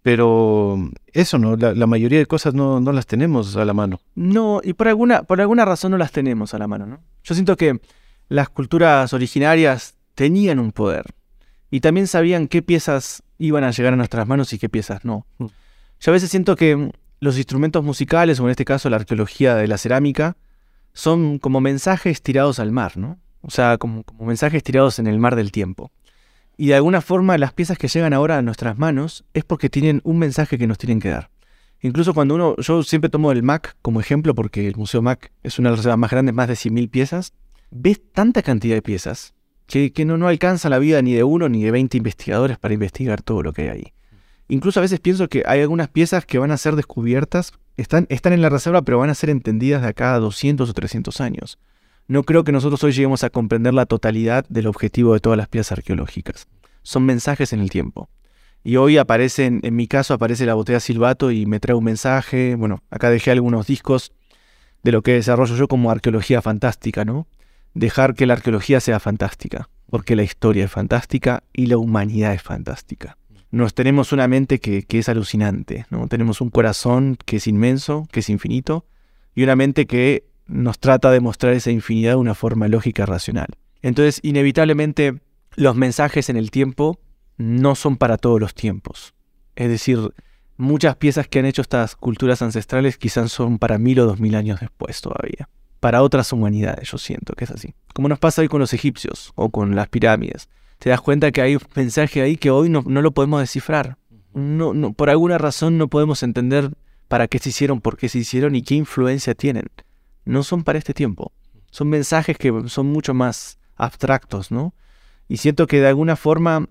pero eso no, la mayoría de cosas no las tenemos a la mano. No, y por alguna razón no las tenemos a la mano, ¿no? Yo siento que las culturas originarias tenían un poder y también sabían qué piezas iban a llegar a nuestras manos y qué piezas no. Yo a veces siento que los instrumentos musicales, o en este caso la arqueología de la cerámica, son como mensajes tirados al mar, ¿no? O sea, como mensajes tirados en el mar del tiempo. Y de alguna forma las piezas que llegan ahora a nuestras manos es porque tienen un mensaje que nos tienen que dar. Incluso cuando yo siempre tomo el MAC como ejemplo, porque el Museo MAC es una de las reservas más grandes, más de 100.000 piezas, ves tanta cantidad de piezas que no alcanza la vida ni de uno ni de 20 investigadores para investigar todo lo que hay ahí. Incluso a veces pienso que hay algunas piezas que van a ser descubiertas, están en la reserva, pero van a ser entendidas de acá a 200 o 300 años. No creo que nosotros hoy lleguemos a comprender la totalidad del objetivo de todas las piezas arqueológicas. Son mensajes en el tiempo. Y hoy en mi caso aparece la botella Silvato y me trae un mensaje. Bueno, acá dejé algunos discos de lo que desarrollo yo como arqueología fantástica, ¿no? Dejar que la arqueología sea fantástica, porque la historia es fantástica y la humanidad es fantástica. Nos tenemos una mente que es alucinante, ¿no? Tenemos un corazón que es inmenso, que es infinito, y una mente que nos trata de mostrar esa infinidad de una forma lógica y racional. Entonces, inevitablemente, los mensajes en el tiempo no son para todos los tiempos. Es decir, muchas piezas que han hecho estas culturas ancestrales quizás son para 1000 o 2000 años después todavía. Para otras humanidades, yo siento que es así. Como nos pasa hoy con los egipcios o con las pirámides. Te das cuenta que hay un mensaje ahí que hoy no lo podemos descifrar. No, por alguna razón no podemos entender para qué se hicieron, por qué se hicieron y qué influencia tienen. No son para este tiempo. Son mensajes que son mucho más abstractos, ¿no? Y siento que de alguna forma,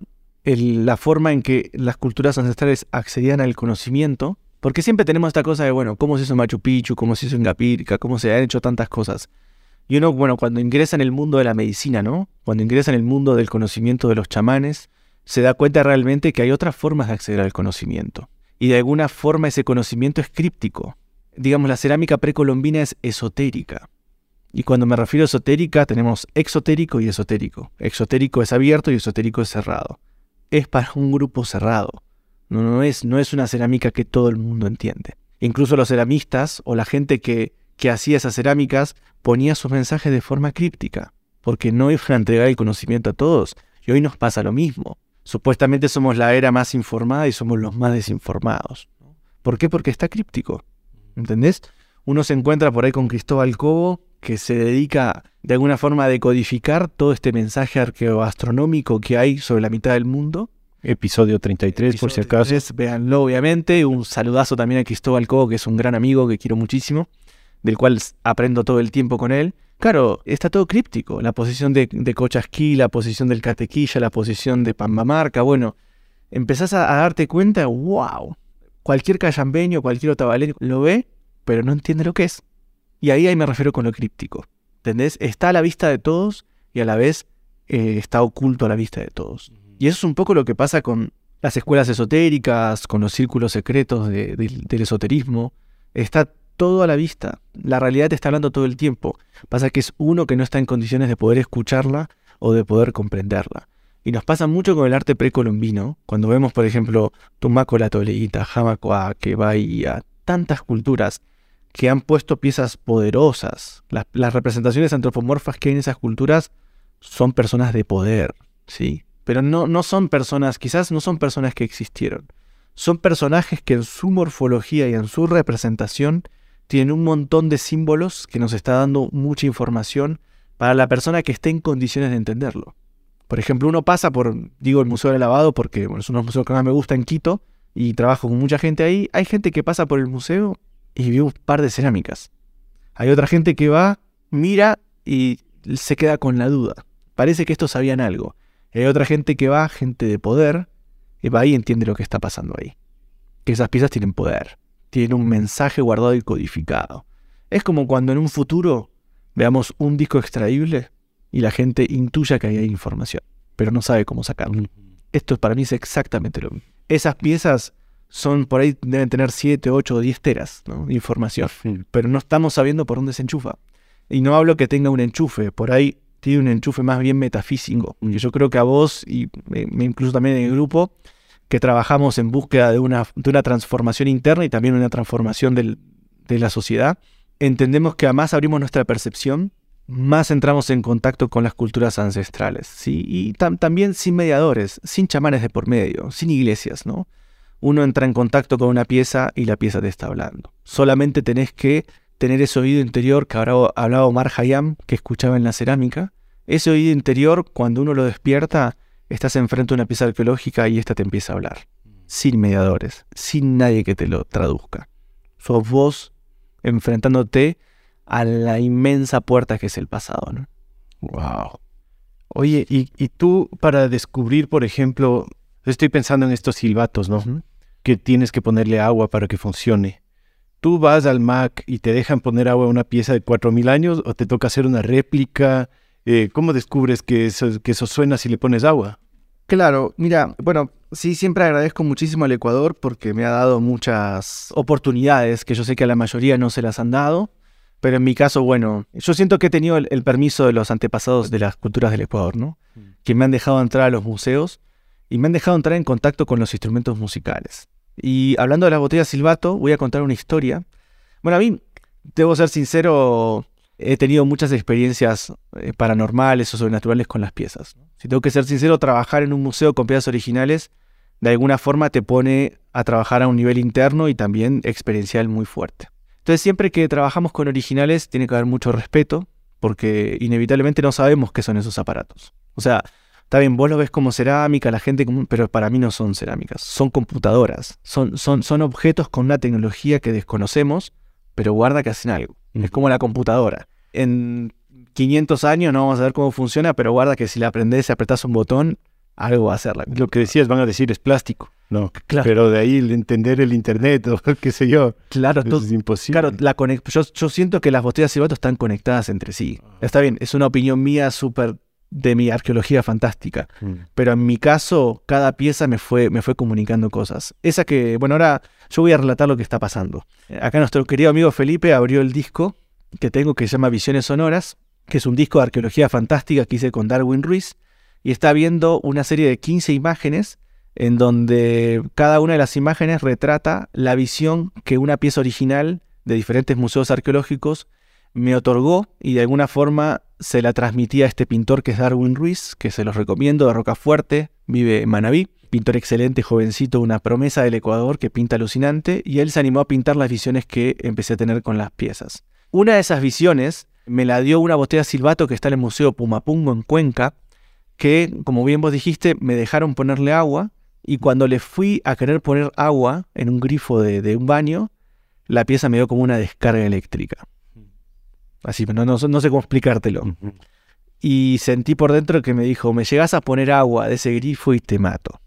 la forma en que las culturas ancestrales accedían al conocimiento, porque siempre tenemos esta cosa de, bueno, cómo se hizo Machu Picchu, cómo se hizo Ingapirca, cómo se han hecho tantas cosas. Y uno, bueno, cuando ingresa en el mundo de la medicina, ¿no? Cuando ingresa en el mundo del conocimiento de los chamanes, se da cuenta realmente que hay otras formas de acceder al conocimiento. Y de alguna forma ese conocimiento es críptico. Digamos, la cerámica precolombina es esotérica. Y cuando me refiero a esotérica, tenemos exotérico y esotérico. Exotérico es abierto y esotérico es cerrado. Es para un grupo cerrado. No es una cerámica que todo el mundo entiende. Incluso los ceramistas o la gente que hacía esas cerámicas ponía sus mensajes de forma críptica, porque no iban a entregar el conocimiento a todos. Y hoy nos pasa lo mismo. Supuestamente somos la era más informada y somos los más desinformados. ¿Por qué? Porque está críptico. ¿Entendés? Uno se encuentra por ahí con Cristóbal Cobo, que se dedica de alguna forma a decodificar todo este mensaje arqueoastronómico que hay sobre la mitad del mundo. Episodio 33, por si acaso. Véanlo, obviamente. Un saludazo también a Cristóbal Cobo, que es un gran amigo que quiero muchísimo, del cual aprendo todo el tiempo con él. Claro, está todo críptico. La posición de Cochasquí, la posición del Catequilla, la posición de Pambamarca. Bueno, empezás a darte cuenta, wow. Cualquier cayambeño, cualquier otavaleño lo ve, pero no entiende lo que es. Y ahí me refiero con lo críptico. ¿Entendés? Está a la vista de todos y a la vez está oculto a la vista de todos. Y eso es un poco lo que pasa con las escuelas esotéricas, con los círculos secretos del esoterismo. Está todo a la vista. La realidad te está hablando todo el tiempo. Pasa que es uno que no está en condiciones de poder escucharla o de poder comprenderla. Y nos pasa mucho con el arte precolombino, cuando vemos, por ejemplo, Tumaco la Toleíta, Jamacoaque, Bahía, tantas culturas que han puesto piezas poderosas. Las representaciones antropomorfas que hay en esas culturas son personas de poder, ¿sí? Pero no son personas, quizás no son personas que existieron. Son personajes que en su morfología y en su representación tienen un montón de símbolos que nos está dando mucha información para la persona que esté en condiciones de entenderlo. Por ejemplo, uno pasa digo el Museo del Lavado porque es uno de los museos que más me gusta en Quito y trabajo con mucha gente ahí. Hay gente que pasa por el museo y ve un par de cerámicas. Hay otra gente que va, mira y se queda con la duda. Parece que estos sabían algo. Hay otra gente que va, gente de poder, y va ahí y entiende lo que está pasando ahí. Que esas piezas tienen poder. Tienen un mensaje guardado y codificado. Es como cuando en un futuro veamos un disco extraíble y la gente intuya que ahí hay información, pero no sabe cómo sacarlo. Esto para mí es exactamente lo mismo. Esas piezas por ahí deben tener 7, 8 o 10 teras, ¿no?, de información, pero no estamos sabiendo por dónde se enchufa. Y no hablo que tenga un enchufe, por ahí tiene un enchufe más bien metafísico. Y yo creo que a vos, y me incluso también en el grupo, que trabajamos en búsqueda de una transformación interna y también una transformación de la sociedad, entendemos que a más abrimos nuestra percepción, más entramos en contacto con las culturas ancestrales, ¿sí? Y también sin mediadores, sin chamanes de por medio, sin iglesias, ¿no? Uno entra en contacto con una pieza y la pieza te está hablando. Solamente tenés que tener ese oído interior que hablaba Omar Khayyam, que escuchaba en la cerámica. Ese oído interior, cuando uno lo despierta, estás enfrente de una pieza arqueológica y esta te empieza a hablar. Sin mediadores, sin nadie que te lo traduzca. Sos vos enfrentándote a la inmensa puerta que es el pasado, ¿no? Wow. Oye, y tú para descubrir, por ejemplo, estoy pensando en estos silbatos, ¿no? Que tienes que ponerle agua para que funcione. ¿Tú vas al MAC y te dejan poner agua a una pieza de 4.000 años o te toca hacer una réplica? ¿Cómo descubres que eso suena si le pones agua? Claro, mira, bueno, sí, siempre agradezco muchísimo al Ecuador porque me ha dado muchas oportunidades que yo sé que a la mayoría no se las han dado, pero en mi caso, bueno, yo siento que he tenido el permiso de los antepasados de las culturas del Ecuador, ¿no? Que me han dejado entrar a los museos y me han dejado entrar en contacto con los instrumentos musicales. Y hablando de la botella silbato, voy a contar una historia. Bueno, a mí, debo ser sincero, he tenido muchas experiencias paranormales o sobrenaturales con las piezas, ¿no? Si tengo que ser sincero, trabajar en un museo con piezas originales de alguna forma te pone a trabajar a un nivel interno y también experiencial muy fuerte. Entonces siempre que trabajamos con originales tiene que haber mucho respeto porque inevitablemente no sabemos qué son esos aparatos. O sea, está bien, vos lo ves como cerámica, la gente común, pero para mí no son cerámicas, son computadoras, son objetos con una tecnología que desconocemos, pero guarda que hacen algo. Es como la computadora. En 500 años no vamos a ver cómo funciona, pero guarda que si la aprendés y apretás un botón, algo va a hacer. Lo que decías, van a decir, es plástico. No, claro. Pero de ahí entender el internet o qué sé yo, claro, es imposible. Claro, yo siento que las botellas silbato están conectadas entre sí. Está bien, es una opinión mía súper de mi arqueología fantástica. Pero en mi caso, cada pieza me fue comunicando cosas. Esa que, bueno, ahora yo voy a relatar lo que está pasando. Acá nuestro querido amigo Felipe abrió el disco que tengo que se llama Visiones Sonoras, que es un disco de arqueología fantástica que hice con Darwin Ruiz, y está viendo una serie de 15 imágenes en donde cada una de las imágenes retrata la visión que una pieza original de diferentes museos arqueológicos me otorgó y de alguna forma se la transmití a este pintor que es Darwin Ruiz, que se los recomiendo, de Rocafuerte, vive en Manabí, pintor excelente, jovencito, una promesa del Ecuador que pinta alucinante, y él se animó a pintar las visiones que empecé a tener con las piezas. Una de esas visiones me la dio una botella silbato que está en el Museo Pumapungo en Cuenca, que, como bien vos dijiste, me dejaron ponerle agua, y cuando le fui a querer poner agua en un grifo de un baño, la pieza me dio como una descarga eléctrica. Así, no sé cómo explicártelo. Y sentí por dentro que me dijo, me llegás a poner agua de ese grifo y te mato.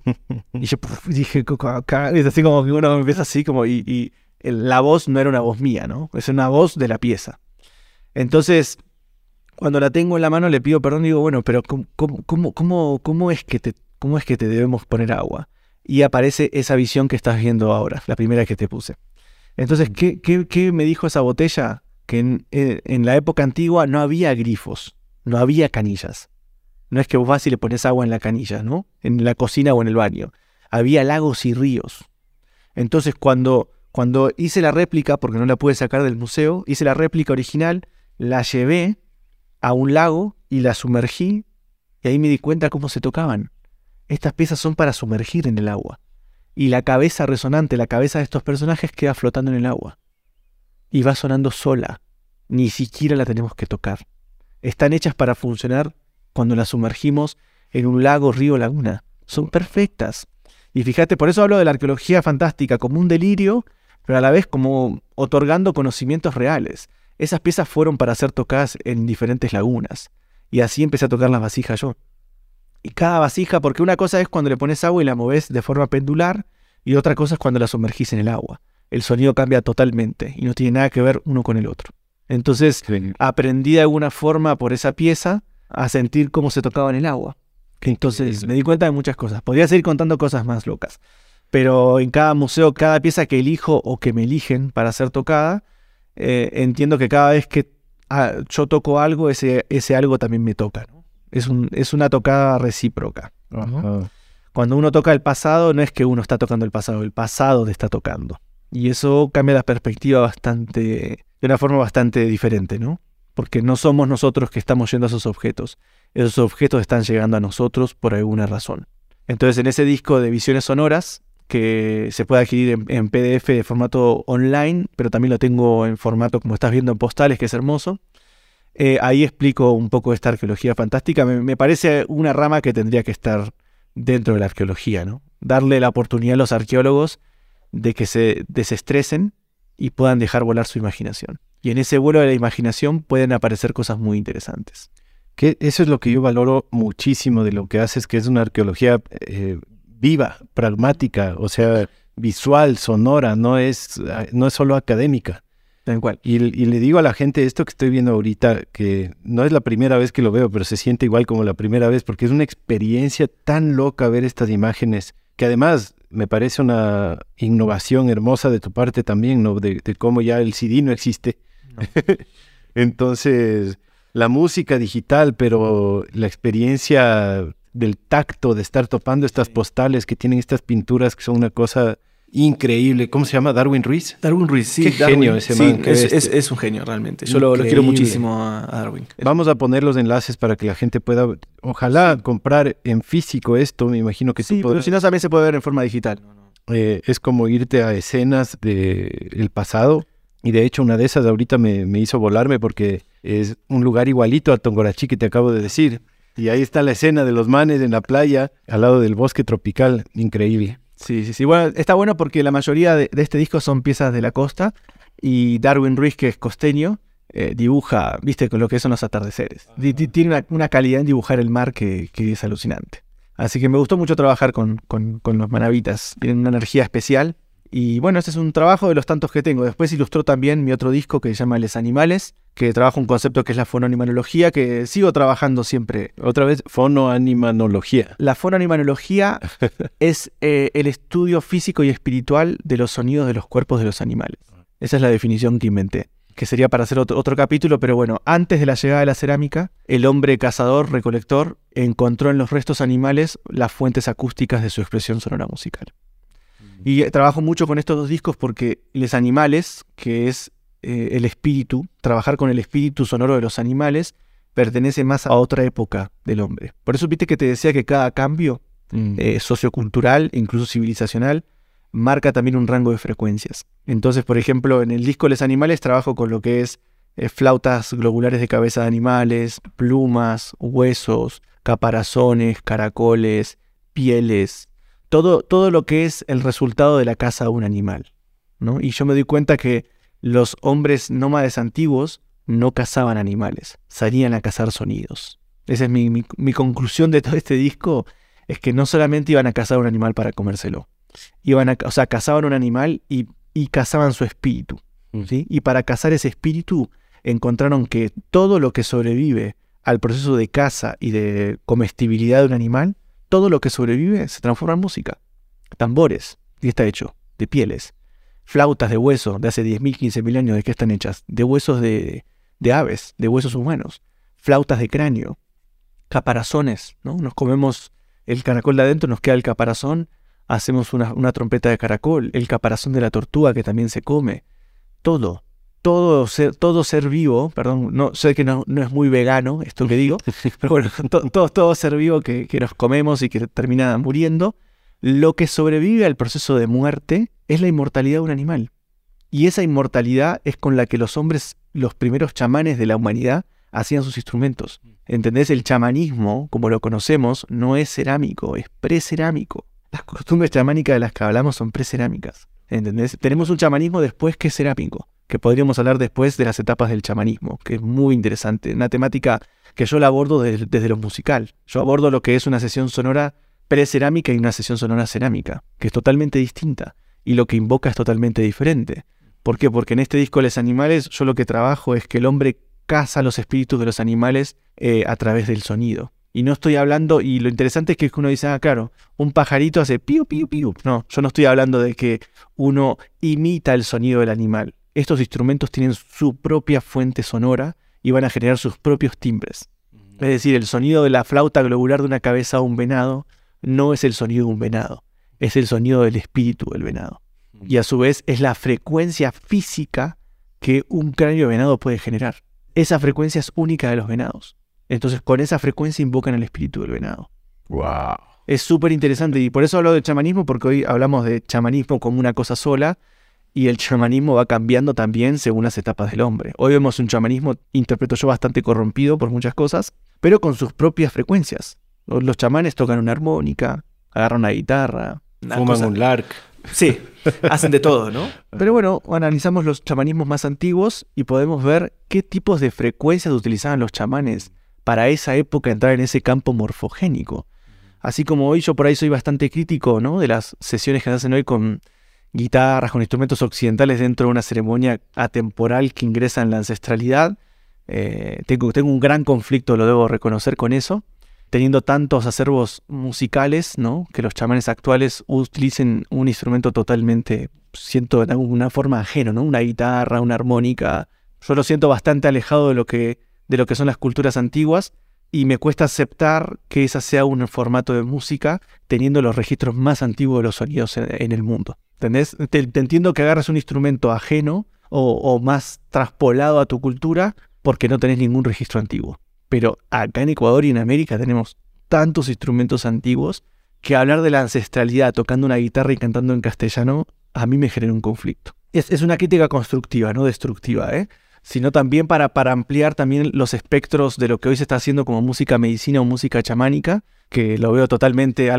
Y yo dije, es así como que uno empieza así, como y la voz no era una voz mía, ¿no? Es una voz de la pieza. Entonces, cuando la tengo en la mano le pido perdón y digo, bueno, pero ¿cómo es que te debemos poner agua? Y aparece esa visión que estás viendo ahora, la primera que te puse. Entonces, ¿qué me dijo esa botella? Que en la época antigua no había grifos, no había canillas. No es que vos vas y le pones agua en la canilla, ¿no? En la cocina o en el baño. Había lagos y ríos. Entonces, cuando hice la réplica, porque no la pude sacar del museo, hice la réplica original, la llevé a un lago y la sumergí, y ahí me di cuenta cómo se tocaban. Estas piezas son para sumergir en el agua. Y la cabeza resonante, la cabeza de estos personajes queda flotando en el agua. Y va sonando sola. Ni siquiera la tenemos que tocar. Están hechas para funcionar cuando las sumergimos en un lago, río, laguna. Son perfectas. Y fíjate, por eso hablo de la arqueología fantástica como un delirio, pero a la vez como otorgando conocimientos reales. Esas piezas fueron para ser tocadas en diferentes lagunas. Y así empecé a tocar las vasijas yo. Y cada vasija, porque una cosa es cuando le pones agua y la movés de forma pendular, y otra cosa es cuando la sumergís en el agua. El sonido cambia totalmente y no tiene nada que ver uno con el otro. Entonces aprendí de alguna forma por esa pieza a sentir cómo se tocaba en el agua, Entonces me di cuenta de muchas cosas. Podría seguir contando cosas más locas. Pero en cada museo, cada pieza que elijo o que me eligen para ser tocada, entiendo que cada vez que yo toco algo, ese algo también me toca, ¿no? Es una tocada recíproca, ¿no? Cuando uno toca el pasado, no es que uno está tocando el pasado te está tocando. Y eso cambia la perspectiva de una forma bastante diferente, ¿no? Porque no somos nosotros que estamos yendo a esos objetos. Esos objetos están llegando a nosotros por alguna razón. Entonces, en ese disco de Visiones Sonoras, que se puede adquirir en PDF de formato online, pero también lo tengo en formato, como estás viendo, en postales, que es hermoso. Ahí explico un poco esta arqueología fantástica. Me parece una rama que tendría que estar dentro de la arqueología, ¿no? Darle la oportunidad a los arqueólogos de que se desestresen y puedan dejar volar su imaginación. Y en ese vuelo de la imaginación pueden aparecer cosas muy interesantes. Eso es lo que yo valoro muchísimo de lo que haces, que es una arqueología viva, pragmática, o sea, visual, sonora, no es solo académica. Tal cual. Y le digo a la gente esto que estoy viendo ahorita, que no es la primera vez que lo veo, pero se siente igual como la primera vez, porque es una experiencia tan loca ver estas imágenes, que además me parece una innovación hermosa de tu parte también, ¿no? De cómo ya el CD no existe. No. Entonces, la música digital, pero la experiencia del tacto, de estar topando estas postales que tienen estas pinturas que son una cosa increíble. ¿Cómo se llama? ¿Darwin Ruiz? Darwin Ruiz, sí. Qué genio ese man. Sí, es un genio realmente. Yo lo quiero muchísimo a Darwin. Vamos a poner los enlaces para que la gente pueda, ojalá, comprar en físico esto. Me imagino que sí, pero si no, también se puede ver en forma digital. Es como irte a escenas del pasado. Y de hecho una de esas ahorita me hizo volarme porque es un lugar igualito a Tongorachi que te acabo de decir. Y ahí está la escena de los manes en la playa, al lado del bosque tropical. Increíble. Sí. Bueno, está bueno porque la mayoría de este disco son piezas de la costa. Y Darwin Ruiz, que es costeño, dibuja, viste, con lo que son los atardeceres. Tiene una calidad en dibujar el mar que es alucinante. Así que me gustó mucho trabajar con los manavitas. Tienen una energía especial. Y bueno, este es un trabajo de los tantos que tengo. Después ilustró también mi otro disco que se llama Les Animales, que trabaja un concepto que es la fonoanimanología, que sigo trabajando siempre. Otra vez, fonoanimanología. La fonoanimanología es el estudio físico y espiritual de los sonidos de los cuerpos de los animales. Esa es la definición que inventé, que sería para hacer otro capítulo, pero bueno, antes de la llegada de la cerámica, el hombre cazador-recolector encontró en los restos animales las fuentes acústicas de su expresión sonora musical. Y trabajo mucho con estos dos discos porque Les Animales, que es el espíritu, trabajar con el espíritu sonoro de los animales, pertenece más a otra época del hombre. Por eso viste que te decía que cada cambio sociocultural, incluso civilizacional, marca también un rango de frecuencias. Entonces, por ejemplo, en el disco Les Animales trabajo con lo que es flautas globulares de cabeza de animales, plumas, huesos, caparazones, caracoles, pieles, todo lo que es el resultado de la caza de un animal, ¿no? Y yo me doy cuenta que los hombres nómades antiguos no cazaban animales, salían a cazar sonidos. Esa es mi conclusión de todo este disco, es que no solamente iban a cazar un animal para comérselo, cazaban un animal y cazaban su espíritu, ¿sí? Y para cazar ese espíritu encontraron que todo lo que sobrevive al proceso de caza y de comestibilidad de un animal, todo lo que sobrevive se transforma en música. Tambores, y está hecho de pieles. Flautas de hueso de hace 10.000, 15.000 años, ¿de qué están hechas? De huesos de aves, de huesos humanos. Flautas de cráneo. Caparazones, ¿no? Nos comemos el caracol de adentro, nos queda el caparazón, hacemos una trompeta de caracol, el caparazón de la tortuga que también se come. Todo ser vivo, perdón, no sé que no es muy vegano esto que digo, pero bueno, todo ser vivo que nos comemos y que termina muriendo, lo que sobrevive al proceso de muerte es la inmortalidad de un animal. Y esa inmortalidad es con la que los hombres, los primeros chamanes de la humanidad, hacían sus instrumentos. ¿Entendés? El chamanismo, como lo conocemos, no es cerámico, es precerámico. Las costumbres chamánicas de las que hablamos son precerámicas. ¿Entendés? Tenemos un chamanismo después que es cerámico, que podríamos hablar después de las etapas del chamanismo, que es muy interesante. Una temática que yo la abordo desde lo musical. Yo abordo lo que es una sesión sonora precerámica y una sesión sonora cerámica, que es totalmente distinta. Y lo que invoca es totalmente diferente. ¿Por qué? Porque en este disco Les Animales yo lo que trabajo es que el hombre caza los espíritus de los animales a través del sonido. Y no estoy hablando, y lo interesante es que uno dice, claro, un pajarito hace piu, piu, piu. No, yo no estoy hablando de que uno imita el sonido del animal. Estos instrumentos tienen su propia fuente sonora y van a generar sus propios timbres. Es decir, el sonido de la flauta globular de una cabeza de un venado no es el sonido de un venado, es el sonido del espíritu del venado. Y a su vez es la frecuencia física que un cráneo de venado puede generar. Esa frecuencia es única de los venados. Entonces con esa frecuencia invocan al espíritu del venado. Wow. Es súper interesante y por eso hablo de chamanismo, porque hoy hablamos de chamanismo como una cosa sola y el chamanismo va cambiando también según las etapas del hombre. Hoy vemos un chamanismo, interpreto yo, bastante corrompido por muchas cosas, pero con sus propias frecuencias. Los chamanes tocan una armónica, agarran una guitarra, fuman un lark. Sí, hacen de todo, ¿no? Pero bueno, analizamos los chamanismos más antiguos y podemos ver qué tipos de frecuencias utilizaban los chamanes para esa época entrar en ese campo morfogénico. Así como hoy yo por ahí soy bastante crítico, ¿no?, de las sesiones que se hacen hoy con guitarras, con instrumentos occidentales dentro de una ceremonia atemporal que ingresa en la ancestralidad. Tengo un gran conflicto, lo debo reconocer, con eso. Teniendo tantos acervos musicales, ¿no?, que los chamanes actuales utilicen un instrumento totalmente, siento de alguna forma ajeno, ¿no?, una guitarra, una armónica. Yo lo siento bastante alejado de lo que son las culturas antiguas y me cuesta aceptar que esa sea un formato de música teniendo los registros más antiguos de los sonidos en el mundo. ¿Entendés? Te entiendo que agarras un instrumento ajeno o más traspolado a tu cultura porque no tenés ningún registro antiguo. Pero acá en Ecuador y en América tenemos tantos instrumentos antiguos que hablar de la ancestralidad tocando una guitarra y cantando en castellano a mí me genera un conflicto. Es una crítica constructiva, no destructiva, sino también para ampliar también los espectros de lo que hoy se está haciendo como música medicina o música chamánica, que lo veo totalmente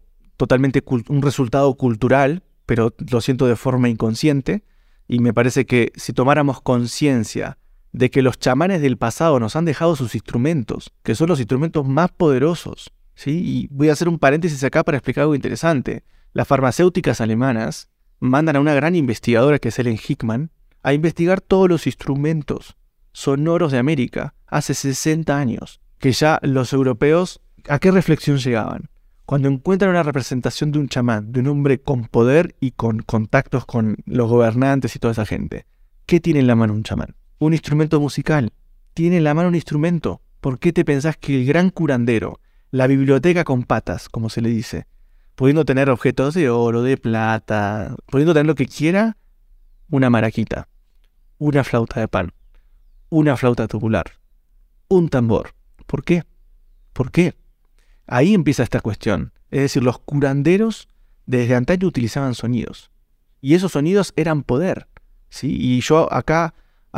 un resultado cultural, pero lo siento de forma inconsciente, y me parece que si tomáramos conciencia de que los chamanes del pasado nos han dejado sus instrumentos, que son los instrumentos más poderosos, ¿sí? Y voy a hacer un paréntesis acá para explicar algo interesante. Las farmacéuticas alemanas mandan a una gran investigadora que es Helen Hickman a investigar todos los instrumentos sonoros de América hace 60 años, que ya los europeos, ¿a qué reflexión llegaban? Cuando encuentran una representación de un chamán, de un hombre con poder y con contactos con los gobernantes y toda esa gente, ¿qué tiene en la mano un chamán? Un instrumento musical. Tiene en la mano un instrumento. ¿Por qué te pensás que el gran curandero, la biblioteca con patas, como se le dice, pudiendo tener objetos de oro, de plata, pudiendo tener lo que quiera, una maraquita, una flauta de pan, una flauta tubular, un tambor? ¿Por qué? ¿Por qué? Ahí empieza esta cuestión. Es decir, los curanderos desde antaño utilizaban sonidos. Y esos sonidos eran poder, ¿sí? Y yo acá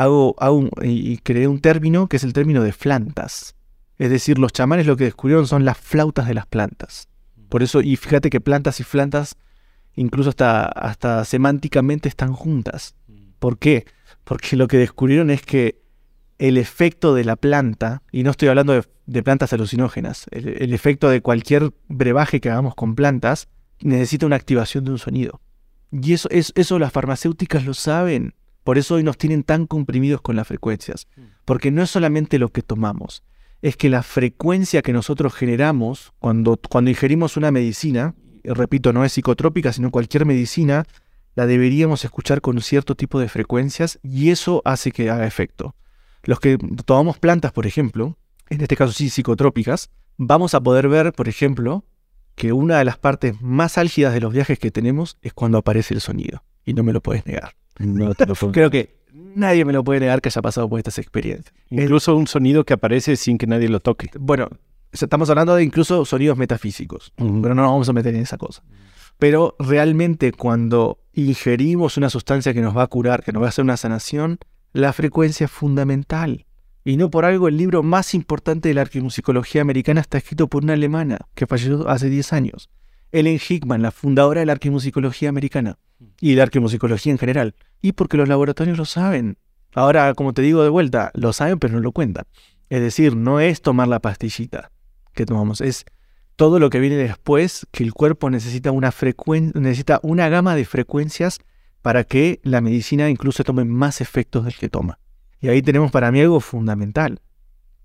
creé un término que es el término de flantas. Es decir, los chamanes lo que descubrieron son las flautas de las plantas. Por eso, y fíjate que plantas y flantas incluso hasta semánticamente están juntas. ¿Por qué? Porque lo que descubrieron es que el efecto de la planta, y no estoy hablando de plantas alucinógenas, el efecto de cualquier brebaje que hagamos con plantas necesita una activación de un sonido. Y eso las farmacéuticas lo saben. Por eso hoy nos tienen tan comprimidos con las frecuencias. Porque no es solamente lo que tomamos, es que la frecuencia que nosotros generamos cuando ingerimos una medicina, repito, no es psicotrópica, sino cualquier medicina, la deberíamos escuchar con cierto tipo de frecuencias y eso hace que haga efecto. Los que tomamos plantas, por ejemplo, en este caso sí psicotrópicas, vamos a poder ver, por ejemplo, que una de las partes más álgidas de los viajes que tenemos es cuando aparece el sonido. Y no me lo puedes negar. No te lo puedo. Creo que nadie me lo puede negar que haya pasado por estas experiencias. Incluso un sonido que aparece sin que nadie lo toque. Bueno, estamos hablando de incluso sonidos metafísicos, pero no nos vamos a meter en esa cosa. Pero realmente cuando ingerimos una sustancia que nos va a curar, que nos va a hacer una sanación, la frecuencia es fundamental. Y no por algo el libro más importante de la arquimusicología americana está escrito por una alemana que falleció hace 10 años. Helen Hickman, la fundadora de la arquimusicología americana y de la arquimusicología en general. Y porque los laboratorios lo saben. Ahora, como te digo de vuelta, lo saben pero no lo cuentan. Es decir, no es tomar la pastillita que tomamos, es todo lo que viene después, que el cuerpo necesita necesita una gama de frecuencias para que la medicina incluso tome más efectos del que toma. Y ahí tenemos para mí algo fundamental.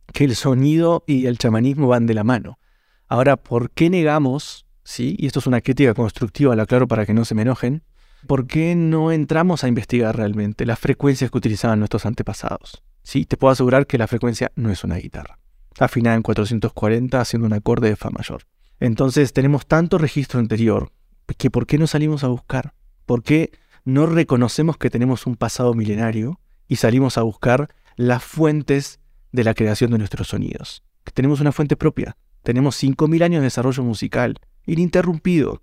que el sonido y el chamanismo van de la mano. Ahora, ¿por qué negamos, sí? Y esto es una crítica constructiva, lo aclaro para que no se me enojen, ¿por qué no entramos a investigar realmente las frecuencias que utilizaban nuestros antepasados? Sí, te puedo asegurar que la frecuencia no es una guitarra. Afinada en 440 haciendo un acorde de fa mayor. Entonces tenemos tanto registro anterior que ¿por qué no salimos a buscar? ¿Por qué no reconocemos que tenemos un pasado milenario y salimos a buscar las fuentes de la creación de nuestros sonidos? Que tenemos una fuente propia. Tenemos 5.000 años de desarrollo musical, ininterrumpido.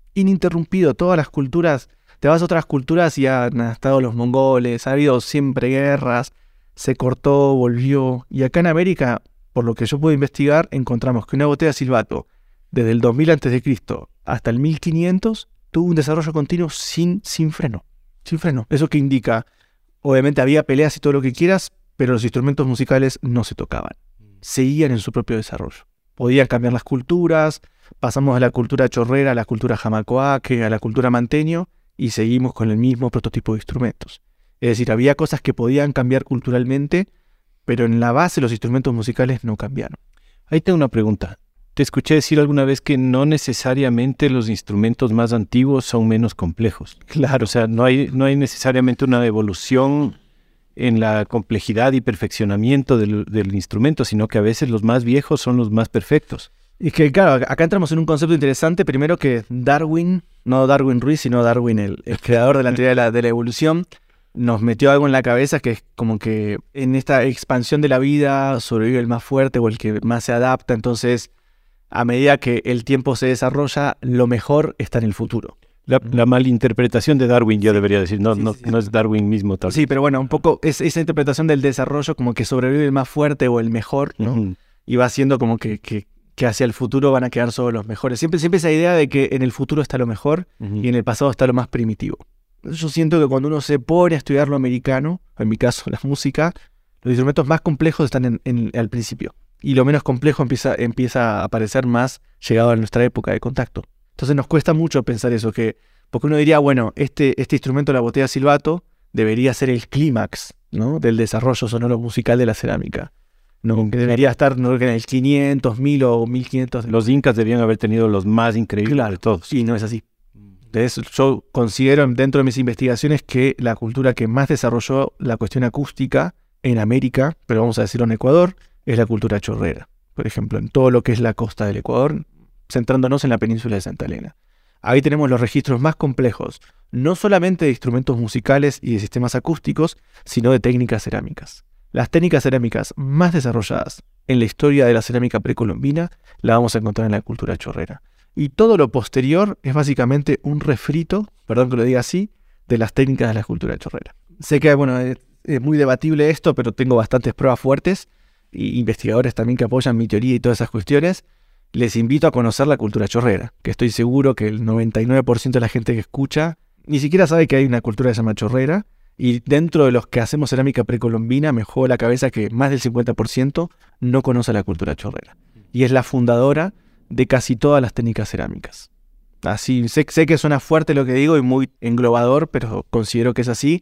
Todas las culturas, te vas a otras culturas y han estado los mongoles, ha habido siempre guerras, se cortó, volvió. Y acá en América, por lo que yo puedo investigar, encontramos que una botella silbato, desde el 2000 a.C. hasta el 1500, tuvo un desarrollo continuo sin freno. Sin freno. ¿Eso qué indica? Obviamente había peleas y todo lo que quieras, pero los instrumentos musicales no se tocaban. Seguían en su propio desarrollo. Podían cambiar las culturas, pasamos a la cultura chorrera, a la cultura jamacoaque, a la cultura manteño, y seguimos con el mismo prototipo de instrumentos. Es decir, había cosas que podían cambiar culturalmente, pero en la base los instrumentos musicales no cambiaron. Ahí tengo una pregunta. Te escuché decir alguna vez que no necesariamente los instrumentos más antiguos son menos complejos. Claro, o sea, no hay necesariamente una evolución en la complejidad y perfeccionamiento del instrumento, sino que a veces los más viejos son los más perfectos. Y que claro, acá entramos en un concepto interesante. Primero que Darwin, no Darwin Ruiz, sino Darwin, el creador de la teoría de la evolución, nos metió algo en la cabeza que es como que en esta expansión de la vida sobrevive el más fuerte o el que más se adapta. Entonces, a medida que el tiempo se desarrolla, lo mejor está en el futuro. La malinterpretación de Darwin, yo debería decir, no es Darwin mismo. Tal vez. Sí, pero bueno, un poco es esa interpretación del desarrollo como que sobrevive el más fuerte o el mejor, ¿no? Uh-huh. Y va siendo como que hacia el futuro van a quedar solo los mejores. Siempre esa idea de que en el futuro está lo mejor uh-huh. y en el pasado está lo más primitivo. Yo siento que cuando uno se pone a estudiar lo americano, en mi caso la música, los instrumentos más complejos están al principio. Y lo menos complejo empieza a aparecer más llegado a nuestra época de contacto. Entonces nos cuesta mucho pensar eso, porque uno diría, bueno, este instrumento, la botella silbato, debería ser el clímax, ¿no?, del desarrollo sonoro musical de la cerámica. ¿No? Que debería estar en el 500, 1000 o 1500. Los incas debían haber tenido los más increíbles de todos. Y no es así. Entonces, yo considero dentro de mis investigaciones que la cultura que más desarrolló la cuestión acústica en América, pero vamos a decirlo en Ecuador, es la cultura chorrera. Por ejemplo, en todo lo que es la costa del Ecuador, centrándonos en la península de Santa Elena. Ahí tenemos los registros más complejos, no solamente de instrumentos musicales y de sistemas acústicos, sino de técnicas cerámicas. Las técnicas cerámicas más desarrolladas en la historia de la cerámica precolombina la vamos a encontrar en la cultura chorrera. Y todo lo posterior es básicamente un refrito, perdón que lo diga así, de las técnicas de la cultura chorrera. Sé que bueno, es muy debatible esto, pero tengo bastantes pruebas fuertes y investigadores también que apoyan mi teoría y todas esas cuestiones. Les invito a conocer la cultura chorrera, que estoy seguro que el 99% de la gente que escucha ni siquiera sabe que hay una cultura que se llama chorrera, y dentro de los que hacemos cerámica precolombina me juego la cabeza que más del 50% no conoce la cultura chorrera, y es la fundadora de casi todas las técnicas cerámicas. Así, sé que suena fuerte lo que digo y muy englobador, pero considero que es así,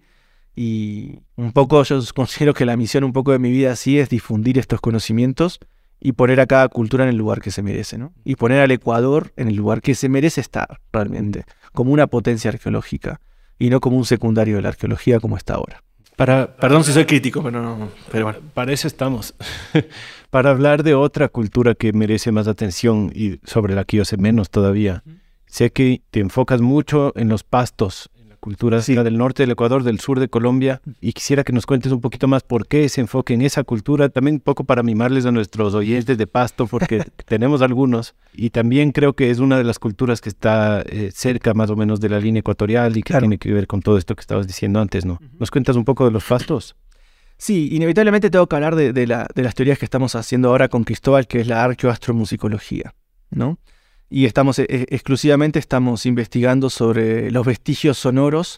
y un poco yo considero que la misión un poco de mi vida así es difundir estos conocimientos y poner a cada cultura en el lugar que se merece, ¿no? Y poner al Ecuador en el lugar que se merece estar realmente, como una potencia arqueológica y no como un secundario de la arqueología como está ahora. Perdón si soy crítico, pero bueno. Para eso estamos. Para hablar de otra cultura que merece más atención y sobre la que yo sé menos todavía. Sé que te enfocas mucho en los pastos, en la cultura del norte del Ecuador, del sur de Colombia, y quisiera que nos cuentes un poquito más por qué ese enfoque en esa cultura, también un poco para mimarles a nuestros oyentes de Pasto, porque tenemos algunos, y también creo que es una de las culturas que está cerca más o menos de la línea ecuatorial y que tiene que ver con todo esto que estabas diciendo antes, ¿no? ¿Nos cuentas un poco de los pastos? Sí, inevitablemente tengo que hablar de las teorías que estamos haciendo ahora con Cristóbal, que es la arqueoastromusicología, ¿no? Y exclusivamente estamos investigando sobre los vestigios sonoros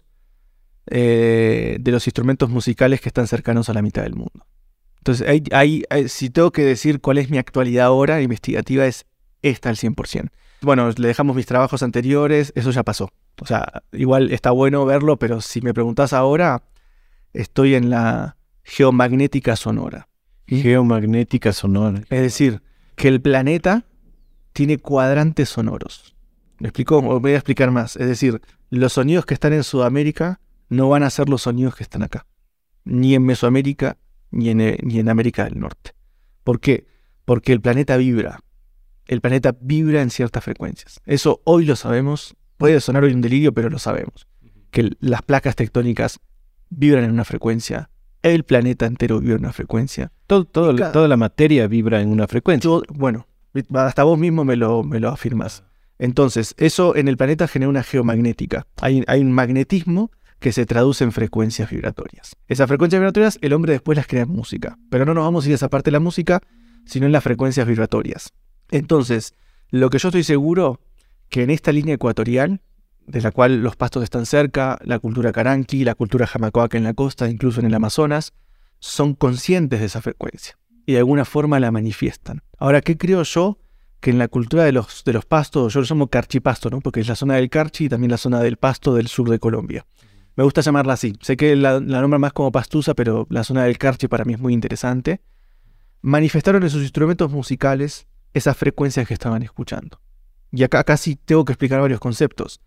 de los instrumentos musicales que están cercanos a la mitad del mundo. Entonces, si tengo que decir cuál es mi actualidad ahora investigativa, es esta al 100%. Bueno, le dejamos mis trabajos anteriores, eso ya pasó. O sea, igual está bueno verlo, pero si me preguntás ahora, estoy en la geomagnética sonora. Geomagnética sonora. Es decir, que el planeta tiene cuadrantes sonoros. ¿Me explico? Voy a explicar más. Es decir, los sonidos que están en Sudamérica no van a ser los sonidos que están acá. Ni en Mesoamérica, ni en América del Norte. ¿Por qué? Porque el planeta vibra. El planeta vibra en ciertas frecuencias. Eso hoy lo sabemos. Puede sonar hoy un delirio, pero lo sabemos. Que las placas tectónicas vibran en una frecuencia. El planeta entero vibra en una frecuencia. Toda la materia vibra en una frecuencia. Bueno, hasta vos mismo me lo afirmás. Entonces, eso en el planeta genera una geomagnética. Hay un magnetismo que se traduce en frecuencias vibratorias. Esas frecuencias vibratorias, el hombre después las crea en música. Pero no nos vamos a ir a esa parte de la música, sino en las frecuencias vibratorias. Entonces, lo que yo estoy seguro, que en esta línea ecuatorial, de la cual los pastos están cerca, la cultura caranqui, la cultura jamacoaca en la costa, incluso en el Amazonas, son conscientes de esa frecuencia y de alguna forma la manifiestan. Ahora, ¿qué creo yo? Que en la cultura de los pastos, yo lo llamo carchipasto, ¿no? Porque es la zona del Carchi y también la zona del Pasto del sur de Colombia. Me gusta llamarla así. Sé que la nombran más como pastusa, pero la zona del Carchi para mí es muy interesante. Manifestaron en sus instrumentos musicales esas frecuencias que estaban escuchando. Y acá sí tengo que explicar varios conceptos.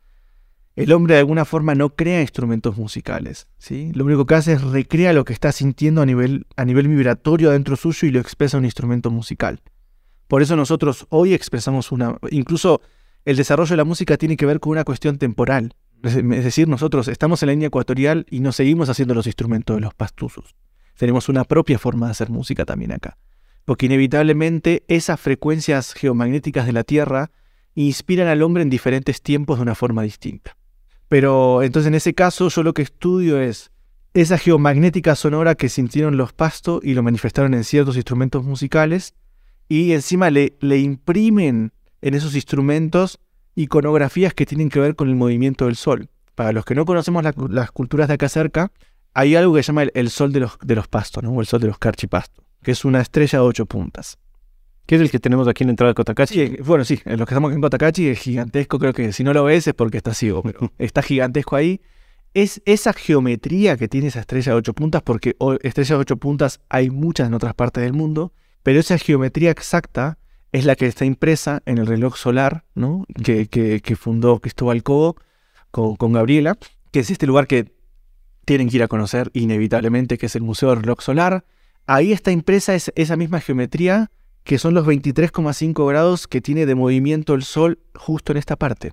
El hombre de alguna forma no crea instrumentos musicales, ¿sí? Lo único que hace es recrea lo que está sintiendo a nivel vibratorio adentro suyo y lo expresa en un instrumento musical. Por eso nosotros hoy expresamos incluso el desarrollo de la música tiene que ver con una cuestión temporal. Es decir, nosotros estamos en la línea ecuatorial y no seguimos haciendo los instrumentos de los pastusos. Tenemos una propia forma de hacer música también acá. Porque inevitablemente esas frecuencias geomagnéticas de la Tierra inspiran al hombre en diferentes tiempos de una forma distinta. Pero entonces en ese caso yo lo que estudio es esa geomagnética sonora que sintieron los pastos y lo manifestaron en ciertos instrumentos musicales y encima le imprimen en esos instrumentos iconografías que tienen que ver con el movimiento del sol. Para los que no conocemos las culturas de acá cerca, hay algo que se llama el sol de los pastos, ¿no? O el sol de los carchipastos, que es una estrella de 8 puntas. ¿Qué es el que tenemos aquí en la entrada de Cotacachi? Sí, bueno, sí, los que estamos aquí en Cotacachi es gigantesco, creo que si no lo ves es porque está ciego, pero está gigantesco ahí. Es esa geometría que tiene esa estrella de 8 puntas, porque estrellas de 8 puntas hay muchas en otras partes del mundo, pero esa geometría exacta es la que está impresa en el reloj solar, ¿no? que fundó Cristóbal Cobo con Gabriela, que es este lugar que tienen que ir a conocer inevitablemente, que es el Museo del Reloj Solar. Ahí está impresa esa misma geometría, que son los 23,5 grados que tiene de movimiento el Sol justo en esta parte.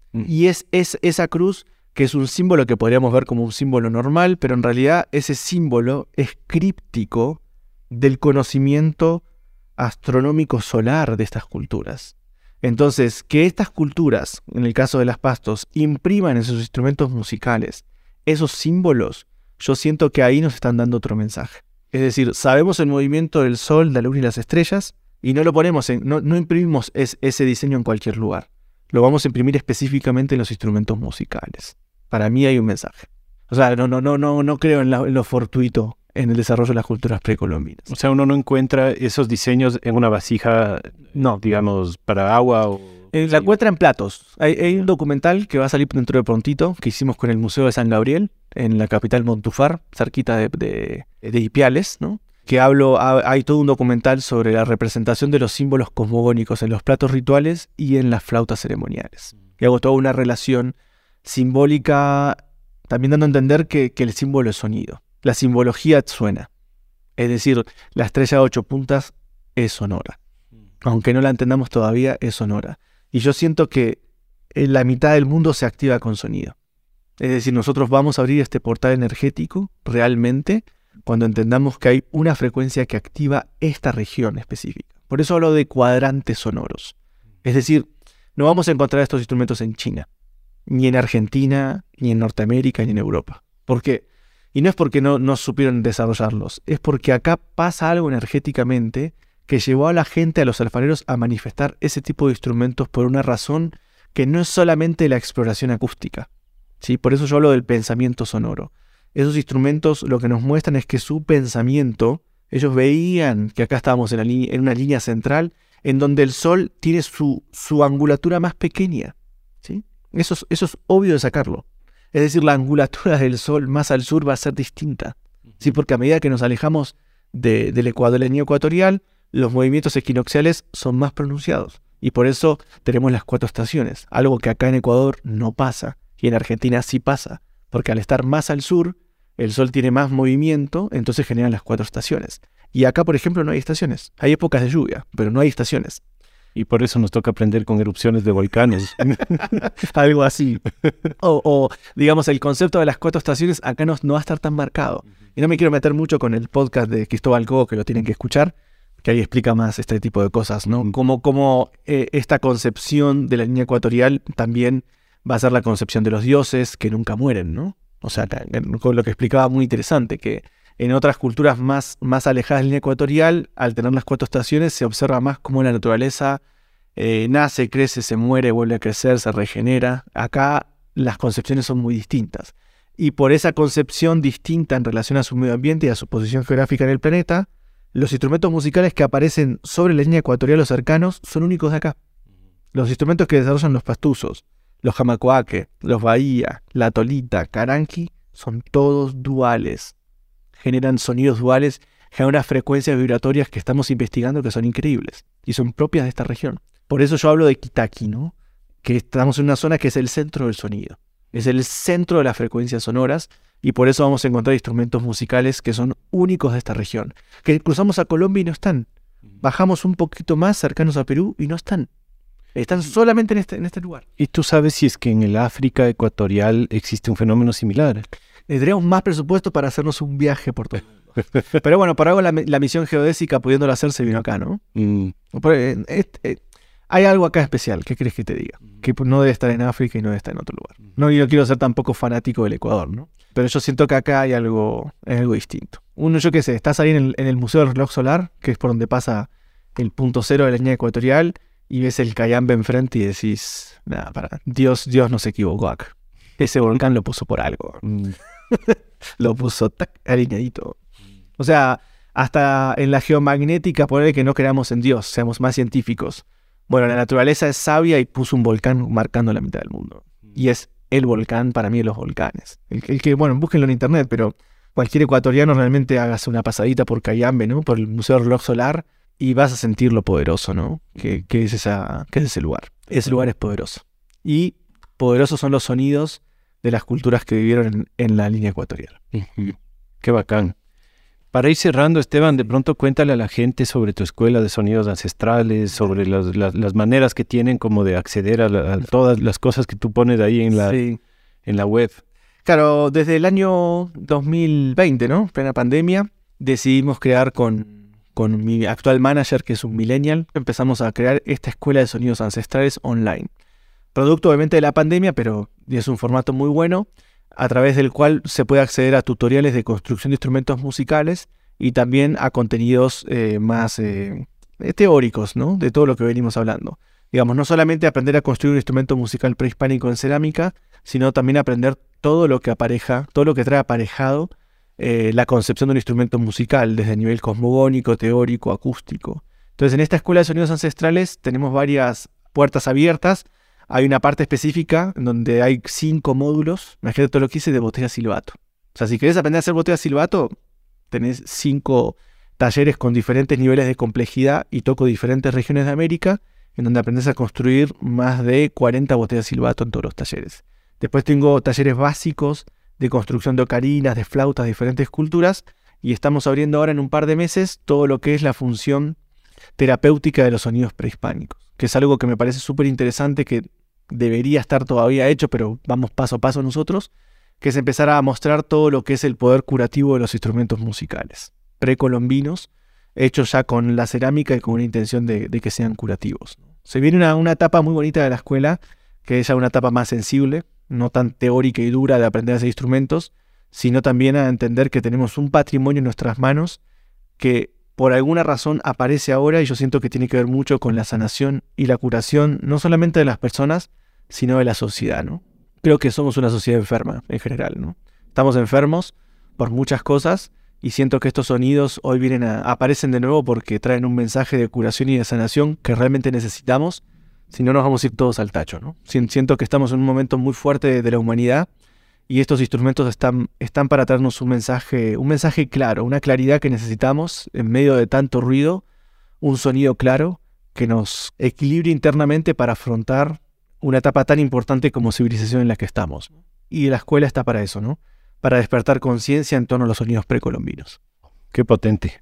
Y es esa cruz, que es un símbolo que podríamos ver como un símbolo normal, pero en realidad ese símbolo es críptico del conocimiento astronómico solar de estas culturas. Entonces, que estas culturas, en el caso de las pastos, impriman en sus instrumentos musicales esos símbolos, yo siento que ahí nos están dando otro mensaje. Es decir, sabemos el movimiento del Sol, la Luna y las estrellas, y no lo ponemos no imprimimos ese diseño en cualquier lugar. Lo vamos a imprimir específicamente en los instrumentos musicales. Para mí hay un mensaje. O sea, no creo en lo fortuito en el desarrollo de las culturas precolombinas. O sea, uno no encuentra esos diseños en una vasija, no, digamos, para agua o... La encuentra en platos. Hay un documental que va a salir dentro de prontito, que hicimos con el Museo de San Gabriel, en la capital Montufar, cerquita de Ipiales, ¿no? Que hay todo un documental sobre la representación de los símbolos cosmogónicos en los platos rituales y en las flautas ceremoniales. Y hago toda una relación simbólica, también dando a entender que el símbolo es sonido. La simbología suena. Es decir, la estrella de 8 puntas es sonora. Aunque no la entendamos todavía, es sonora. Y yo siento que la mitad del mundo se activa con sonido. Es decir, nosotros vamos a abrir este portal energético realmente cuando entendamos que hay una frecuencia que activa esta región específica. Por eso hablo de cuadrantes sonoros. Es decir, no vamos a encontrar estos instrumentos en China, ni en Argentina, ni en Norteamérica, ni en Europa. ¿Por qué? Y no es porque no supieron desarrollarlos, es porque acá pasa algo energéticamente que llevó a la gente, a los alfareros, a manifestar ese tipo de instrumentos por una razón que no es solamente la exploración acústica, ¿sí? Por eso yo hablo del pensamiento sonoro. Esos instrumentos lo que nos muestran es que su pensamiento, ellos veían que acá estábamos en una línea central en donde el Sol tiene su angulatura más pequeña, ¿sí? Eso es obvio de sacarlo. Es decir, la angulatura del Sol más al sur va a ser distinta, ¿sí? Porque a medida que nos alejamos del Ecuador, de la línea ecuatorial, los movimientos equinocciales son más pronunciados. Y por eso tenemos las 4 estaciones, algo que acá en Ecuador no pasa, y en Argentina sí pasa, porque al estar más al sur, el sol tiene más movimiento, entonces generan las 4 estaciones. Y acá, por ejemplo, no hay estaciones. Hay épocas de lluvia, pero no hay estaciones. Y por eso nos toca aprender con erupciones de volcanes. Algo así. O, digamos, el concepto de las 4 estaciones acá no va a estar tan marcado. Y no me quiero meter mucho con el podcast de Cristóbal Cobo, que lo tienen que escuchar, que ahí explica más este tipo de cosas, ¿no? Como esta concepción de la línea ecuatorial también va a ser la concepción de los dioses que nunca mueren, ¿no? O sea, con lo que explicaba muy interesante, que en otras culturas más alejadas de la línea ecuatorial, al tener las 4 estaciones, se observa más cómo la naturaleza nace, crece, se muere, vuelve a crecer, se regenera. Acá las concepciones son muy distintas. Y por esa concepción distinta en relación a su medio ambiente y a su posición geográfica en el planeta, los instrumentos musicales que aparecen sobre la línea ecuatorial o cercanos son únicos de acá. Los instrumentos que desarrollan los pastuzos, los jamacuaque, los bahía, la tolita, caranqui, son todos duales. Generan sonidos duales, generan unas frecuencias vibratorias que estamos investigando que son increíbles y son propias de esta región. Por eso yo hablo de Quitaqui, ¿no? Que estamos en una zona que es el centro del sonido, es el centro de las frecuencias sonoras y por eso vamos a encontrar instrumentos musicales que son únicos de esta región. Que cruzamos a Colombia y no están. Bajamos un poquito más cercanos a Perú y no están. Están solamente en este lugar. ¿Y tú sabes si es que en el África ecuatorial existe un fenómeno similar? Tendríamos más presupuesto para hacernos un viaje por todo el mundo. Pero bueno, por algo la misión geodésica, pudiéndolo hacer, se vino acá, ¿no? Hay algo acá especial, ¿qué crees que te diga? Que no debe estar en África y no debe estar en otro lugar. No, yo no quiero ser tampoco fanático del Ecuador, ¿no? Pero yo siento que acá hay algo distinto. Uno, yo qué sé, estás ahí en el Museo del Reloj Solar, que es por donde pasa el punto cero de la línea ecuatorial, y ves el Cayambe enfrente y decís, nada, Dios no se equivocó acá. Ese volcán lo puso por algo. Lo puso alineadito. O sea, hasta en la geomagnética, ponerle que no creamos en Dios, seamos más científicos. Bueno, la naturaleza es sabia y puso un volcán marcando la mitad del mundo. Y es el volcán para mí de los volcanes. El que, bueno, búsquenlo en internet, pero cualquier ecuatoriano realmente hágase una pasadita por Cayambe, ¿no? Por el Museo del Reloj Solar y vas a sentir lo poderoso, ¿no? Que es ese lugar. Ese lugar es poderoso. Y poderosos son los sonidos de las culturas que vivieron en la línea ecuatorial. Qué bacán. Para ir cerrando, Esteban, de pronto cuéntale a la gente sobre tu escuela de sonidos ancestrales, sobre las maneras que tienen como de acceder a todas las cosas que tú pones ahí en la web. Claro, desde el año 2020, ¿no? Plena pandemia, decidimos crear con mi actual manager, que es un millennial, empezamos a crear esta escuela de sonidos ancestrales online. Producto obviamente de la pandemia, pero es un formato muy bueno, a través del cual se puede acceder a tutoriales de construcción de instrumentos musicales y también a contenidos más teóricos, ¿no? De todo lo que venimos hablando. Digamos, no solamente aprender a construir un instrumento musical prehispánico en cerámica, sino también aprender todo lo que trae aparejado la concepción de un instrumento musical, desde el nivel cosmogónico, teórico, acústico. Entonces, en esta escuela de sonidos ancestrales tenemos varias puertas abiertas. Hay una parte específica en donde hay 5 módulos. Imagínate todo lo que hice de botella silbato. O sea, si querés aprender a hacer botella silbato, tenés 5 talleres con diferentes niveles de complejidad y toco diferentes regiones de América, en donde aprendes a construir más de 40 botellas silbato en todos los talleres. Después tengo talleres básicos de construcción de ocarinas, de flautas, de diferentes culturas, y estamos abriendo ahora en un par de meses todo lo que es la función terapéutica de los sonidos prehispánicos, que es algo que me parece súper interesante, que debería estar todavía hecho, pero vamos paso a paso nosotros, que es empezar a mostrar todo lo que es el poder curativo de los instrumentos musicales precolombinos, hechos ya con la cerámica y con una intención de que sean curativos. Se viene una etapa muy bonita de la escuela, que es ya una etapa más sensible, no tan teórica y dura de aprender a hacer instrumentos, sino también a entender que tenemos un patrimonio en nuestras manos que por alguna razón aparece ahora, y yo siento que tiene que ver mucho con la sanación y la curación, no solamente de las personas, sino de la sociedad, ¿no? Creo que somos una sociedad enferma en general, ¿no? Estamos enfermos por muchas cosas, y siento que estos sonidos hoy aparecen de nuevo porque traen un mensaje de curación y de sanación que realmente necesitamos, si no nos vamos a ir todos al tacho, ¿no? Siento que estamos en un momento muy fuerte de la humanidad, Y estos instrumentos están para darnos un mensaje claro, una claridad que necesitamos en medio de tanto ruido, un sonido claro que nos equilibre internamente para afrontar una etapa tan importante como civilización en la que estamos. Y la escuela está para eso, ¿no? Para despertar conciencia en torno a los sonidos precolombinos. Qué potente.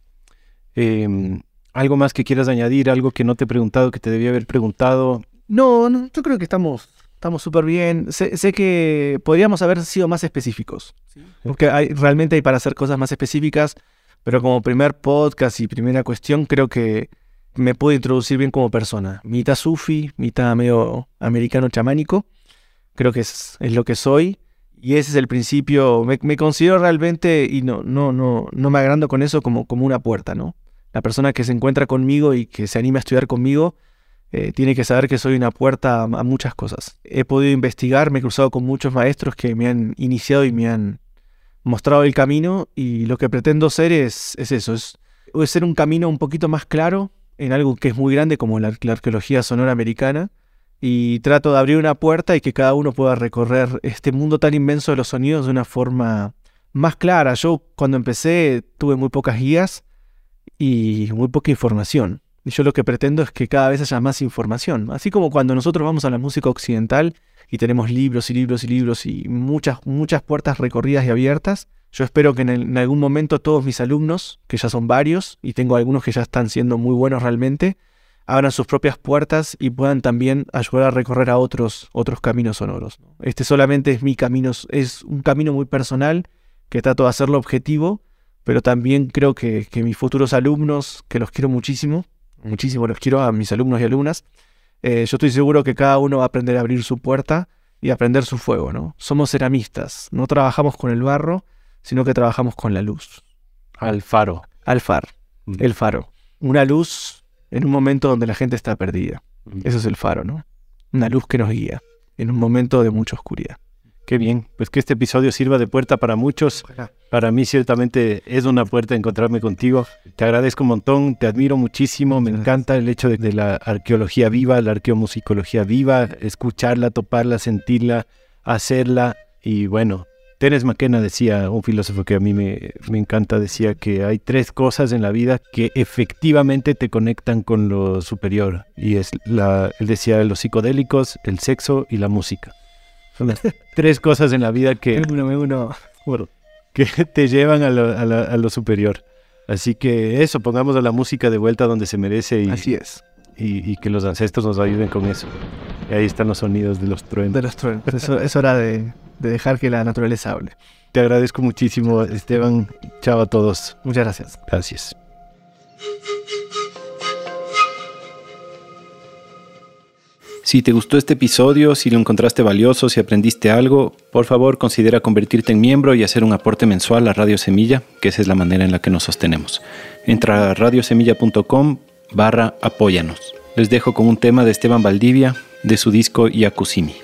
¿Algo más que quieras añadir? ¿Algo que no te he preguntado, que te debía haber preguntado? No, yo creo que estamos súper bien. Sé que podríamos haber sido más específicos, ¿sí? Porque realmente hay para hacer cosas más específicas, pero como primer podcast y primera cuestión, creo que me puedo introducir bien como persona. Mitad sufi, mitad medio americano chamánico. Creo que es lo que soy. Y ese es el principio. Me considero realmente, y no me agrando con eso como una puerta, ¿no? La persona que se encuentra conmigo y que se anima a estudiar conmigo tiene que saber que soy una puerta a muchas cosas. He podido investigar, me he cruzado con muchos maestros que me han iniciado y me han mostrado el camino, y lo que pretendo ser es eso, es ser un camino un poquito más claro en algo que es muy grande como la arqueología sonora americana, y trato de abrir una puerta y que cada uno pueda recorrer este mundo tan inmenso de los sonidos de una forma más clara. Yo cuando empecé tuve muy pocas guías y muy poca información. Y yo lo que pretendo es que cada vez haya más información. Así como cuando nosotros vamos a la música occidental y tenemos libros y libros y libros y muchas puertas recorridas y abiertas, yo espero que en algún momento todos mis alumnos, que ya son varios, y tengo algunos que ya están siendo muy buenos realmente, abran sus propias puertas y puedan también ayudar a recorrer a otros caminos sonoros. Este solamente es mi camino, es un camino muy personal que trato de hacerlo objetivo, pero también creo que mis futuros alumnos, que los quiero muchísimo los quiero a mis alumnos y alumnas, yo estoy seguro que cada uno va a aprender a abrir su puerta y a prender su fuego, ¿no? Somos ceramistas, no trabajamos con el barro, sino que trabajamos con la luz. Al faro. El faro. Una luz en un momento donde la gente está perdida. Eso es el faro, ¿no? Una luz que nos guía en un momento de mucha oscuridad. Qué bien, pues que este episodio sirva de puerta para muchos. Ojalá. Para mí ciertamente es una puerta encontrarme contigo. Te agradezco un montón, te admiro muchísimo. Me encanta el hecho de la arqueología viva, la arqueomusicología viva, escucharla, toparla, sentirla, hacerla. Y bueno, Terence McKenna decía, un filósofo que a mí me encanta, decía que hay 3 cosas en la vida que efectivamente te conectan con lo superior. Y él decía los psicodélicos, el sexo y la música. Son las 3 cosas en la vida que te llevan a lo superior. Así que eso, pongamos a la música de vuelta donde se merece. Así es. Y que los ancestros nos ayuden con eso. Y ahí están los sonidos de los truenos. Es hora de dejar que la naturaleza hable. Te agradezco muchísimo, Esteban. Chao a todos. Muchas gracias. Gracias. Si te gustó este episodio, si lo encontraste valioso, si aprendiste algo, por favor considera convertirte en miembro y hacer un aporte mensual a Radio Semilla, que esa es la manera en la que nos sostenemos. Entra a radiosemilla.com/apóyanos. Les dejo con un tema de Esteban Valdivia, de su disco Yakusimi.